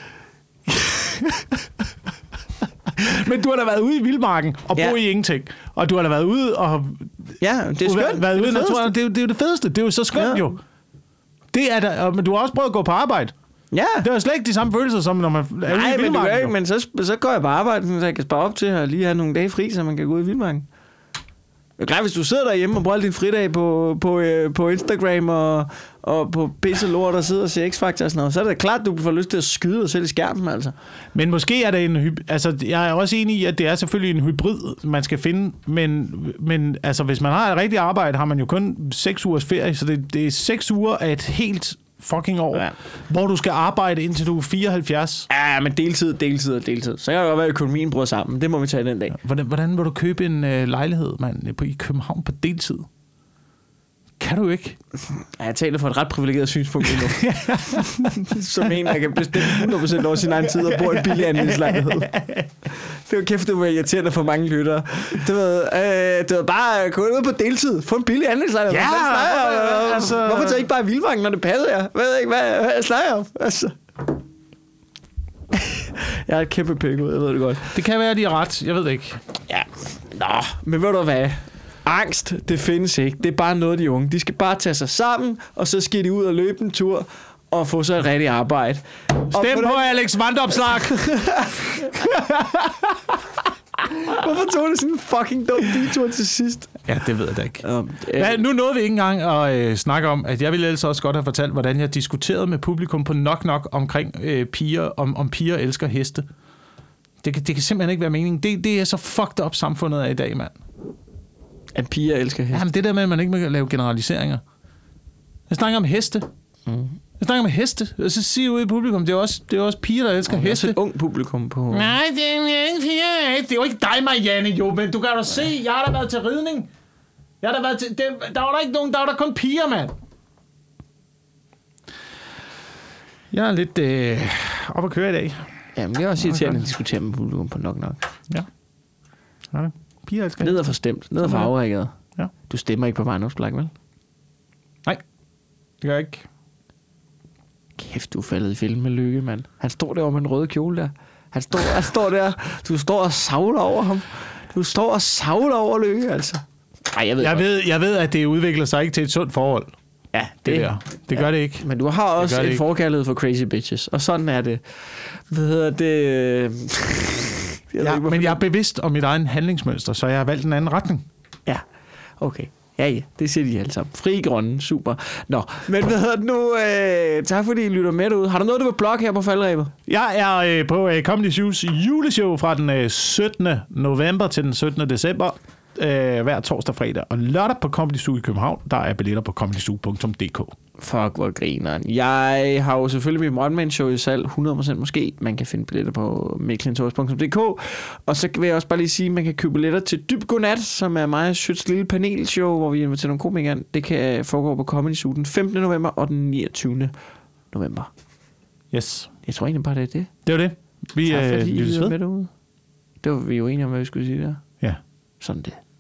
[SPEAKER 2] Men du har da været ude i vildmarken og bo i ingenting. Og du har da været ude og...
[SPEAKER 1] Ja, det er skønt.
[SPEAKER 2] Været ude i naturen. Det er jo det fedeste. Det er jo så skønt jo. Det er da, men du har også prøvet at gå på arbejde.
[SPEAKER 1] Ja.
[SPEAKER 2] Det er slet ikke de samme følelser, som når man er ude i vildmarken.
[SPEAKER 1] Nej, men så går jeg på arbejde, så jeg kan spare op til at lige have nogle dage fri, så man kan gå ud i vildmarken. Det er klart, hvis du sidder derhjemme og bruger din fridag på Instagram og på pisse lort og sidder og ser X-Factor og sådan noget, så er det klart, at du får lyst til at skyde dig selv i skærmen, altså.
[SPEAKER 2] Men måske er det jeg er også enig i, at det er selvfølgelig en hybrid, man skal finde, men altså, hvis man har et rigtigt arbejde, har man jo kun 6 ugers ferie, så det er 6 uger af et helt fucking år, hvor du skal arbejde indtil du er 74.
[SPEAKER 1] Ja, men deltid. Så kan det godt være, at økonomien bryder sammen. Det må vi tage den dag.
[SPEAKER 2] Hvordan vil du købe en lejlighed, mand, i København på deltid? Kan du ikke?
[SPEAKER 1] Ja, jeg taler for et ret privilegeret synspunkt endnu. Som en, der kan bestemme 100% over sin egen tid og bor i en billig andelslejlighed. Det var kæft, det var irriterende for mange lyttere. Det var bare gå ud på deltid. Få en billig andelslejlighed.
[SPEAKER 2] Ja,
[SPEAKER 1] altså... Hvorfor tager jeg ikke bare i vildmarken, når det passer jer? Jeg ved ikke, hvad jeg snakker om. Altså... Jeg er et kæmpe pæk ud, jeg ved det godt.
[SPEAKER 2] Det kan være, at de er ret. Jeg ved det ikke.
[SPEAKER 1] Ja. Nå, men ved du hvad? Angst, det findes ikke. Det er bare noget, de unge. De skal bare tage sig sammen, og så skal de ud og løbe en tur og få sig et rigtigt arbejde.
[SPEAKER 2] Stem på Alex Vandopslag!
[SPEAKER 1] Hvorfor tog det sådan en fucking dum detur til sidst?
[SPEAKER 2] Ja, det ved jeg da ikke. Nu nåede vi ikke engang at snakke om, at jeg ville ellers også godt have fortalt, hvordan jeg diskuterede med publikum på Nok omkring piger, om piger elsker heste. Det kan simpelthen ikke være meningen. Det er så fucked up samfundet af i dag, mand.
[SPEAKER 1] At piger elsker heste?
[SPEAKER 2] Jamen, det der med, at man ikke må lave generaliseringer. Jeg snakker om heste. Jeg snakker om heste. Og så siger ude i publikum, det er også piger, der elsker heste.
[SPEAKER 1] Det er et ung publikum på...
[SPEAKER 2] Nej, det er ikke piger. Det er jo ikke dig, Marianne, jo, men du kan da se, jeg har da været til ridning. Der var der ikke nogen, der var der kun piger, mand. Jeg er lidt op at køre i dag.
[SPEAKER 1] Jamen, jeg er også irriterende at diskutere med publikum på Nok.
[SPEAKER 2] Ja. Ja. Piger elsker heste.
[SPEAKER 1] Ned og forstemt. Ned og for afrækket.
[SPEAKER 2] Ja.
[SPEAKER 1] Du stemmer ikke på Vandopslag, vel?
[SPEAKER 2] Nej, det gør jeg ikke.
[SPEAKER 1] Kæft, du er faldet i film med Lykke, mand. Han står der med en rød kjole der. Han står der. Du står og savler over ham. Du står og savler over Lykke, altså. Ej,
[SPEAKER 2] jeg ved, at det udvikler sig ikke til et sundt forhold.
[SPEAKER 1] Ja,
[SPEAKER 2] det gør det ikke.
[SPEAKER 1] Men du har også en forkærlighed for crazy bitches. Og sådan er det. Hvad hedder det?
[SPEAKER 2] Men jeg er bevidst om mit egen handlingsmønster, så jeg har valgt en anden retning.
[SPEAKER 1] Ja, okay. Ja, det siger de alle sammen. Fri grønne, super. Nå, men hvad hedder det nu? Tak fordi I lytter med derude. Har du noget, du vil blogge her på faldrebet?
[SPEAKER 2] Jeg er på Comedy Shows juleshow fra den 17. november til den 17. december. Hver torsdag, fredag og lørdag på Comedy Zoo i København. Der er billetter på comedyzoo.dk.
[SPEAKER 1] Fuck, hvor grineren. Jeg har jo selvfølgelig mit one-man-show i salg, 100% måske. Man kan finde billetter på mikkelindtours.dk. Og så vil jeg også bare lige sige, at man kan købe billetter til Dyb Godnat, som er mig og Sjøts lille panelshow, hvor vi inviterer nogle komikere. Det kan foregå på Comedy Zoo den 15. november og den 29. november.
[SPEAKER 2] Yes.
[SPEAKER 1] Jeg tror egentlig bare, det er det.
[SPEAKER 2] Det var det.
[SPEAKER 1] Tak fordi I lyttede med derude. Det var vi jo enige om, hvad vi skulle sige der.
[SPEAKER 2] Ja.
[SPEAKER 1] Sådan det.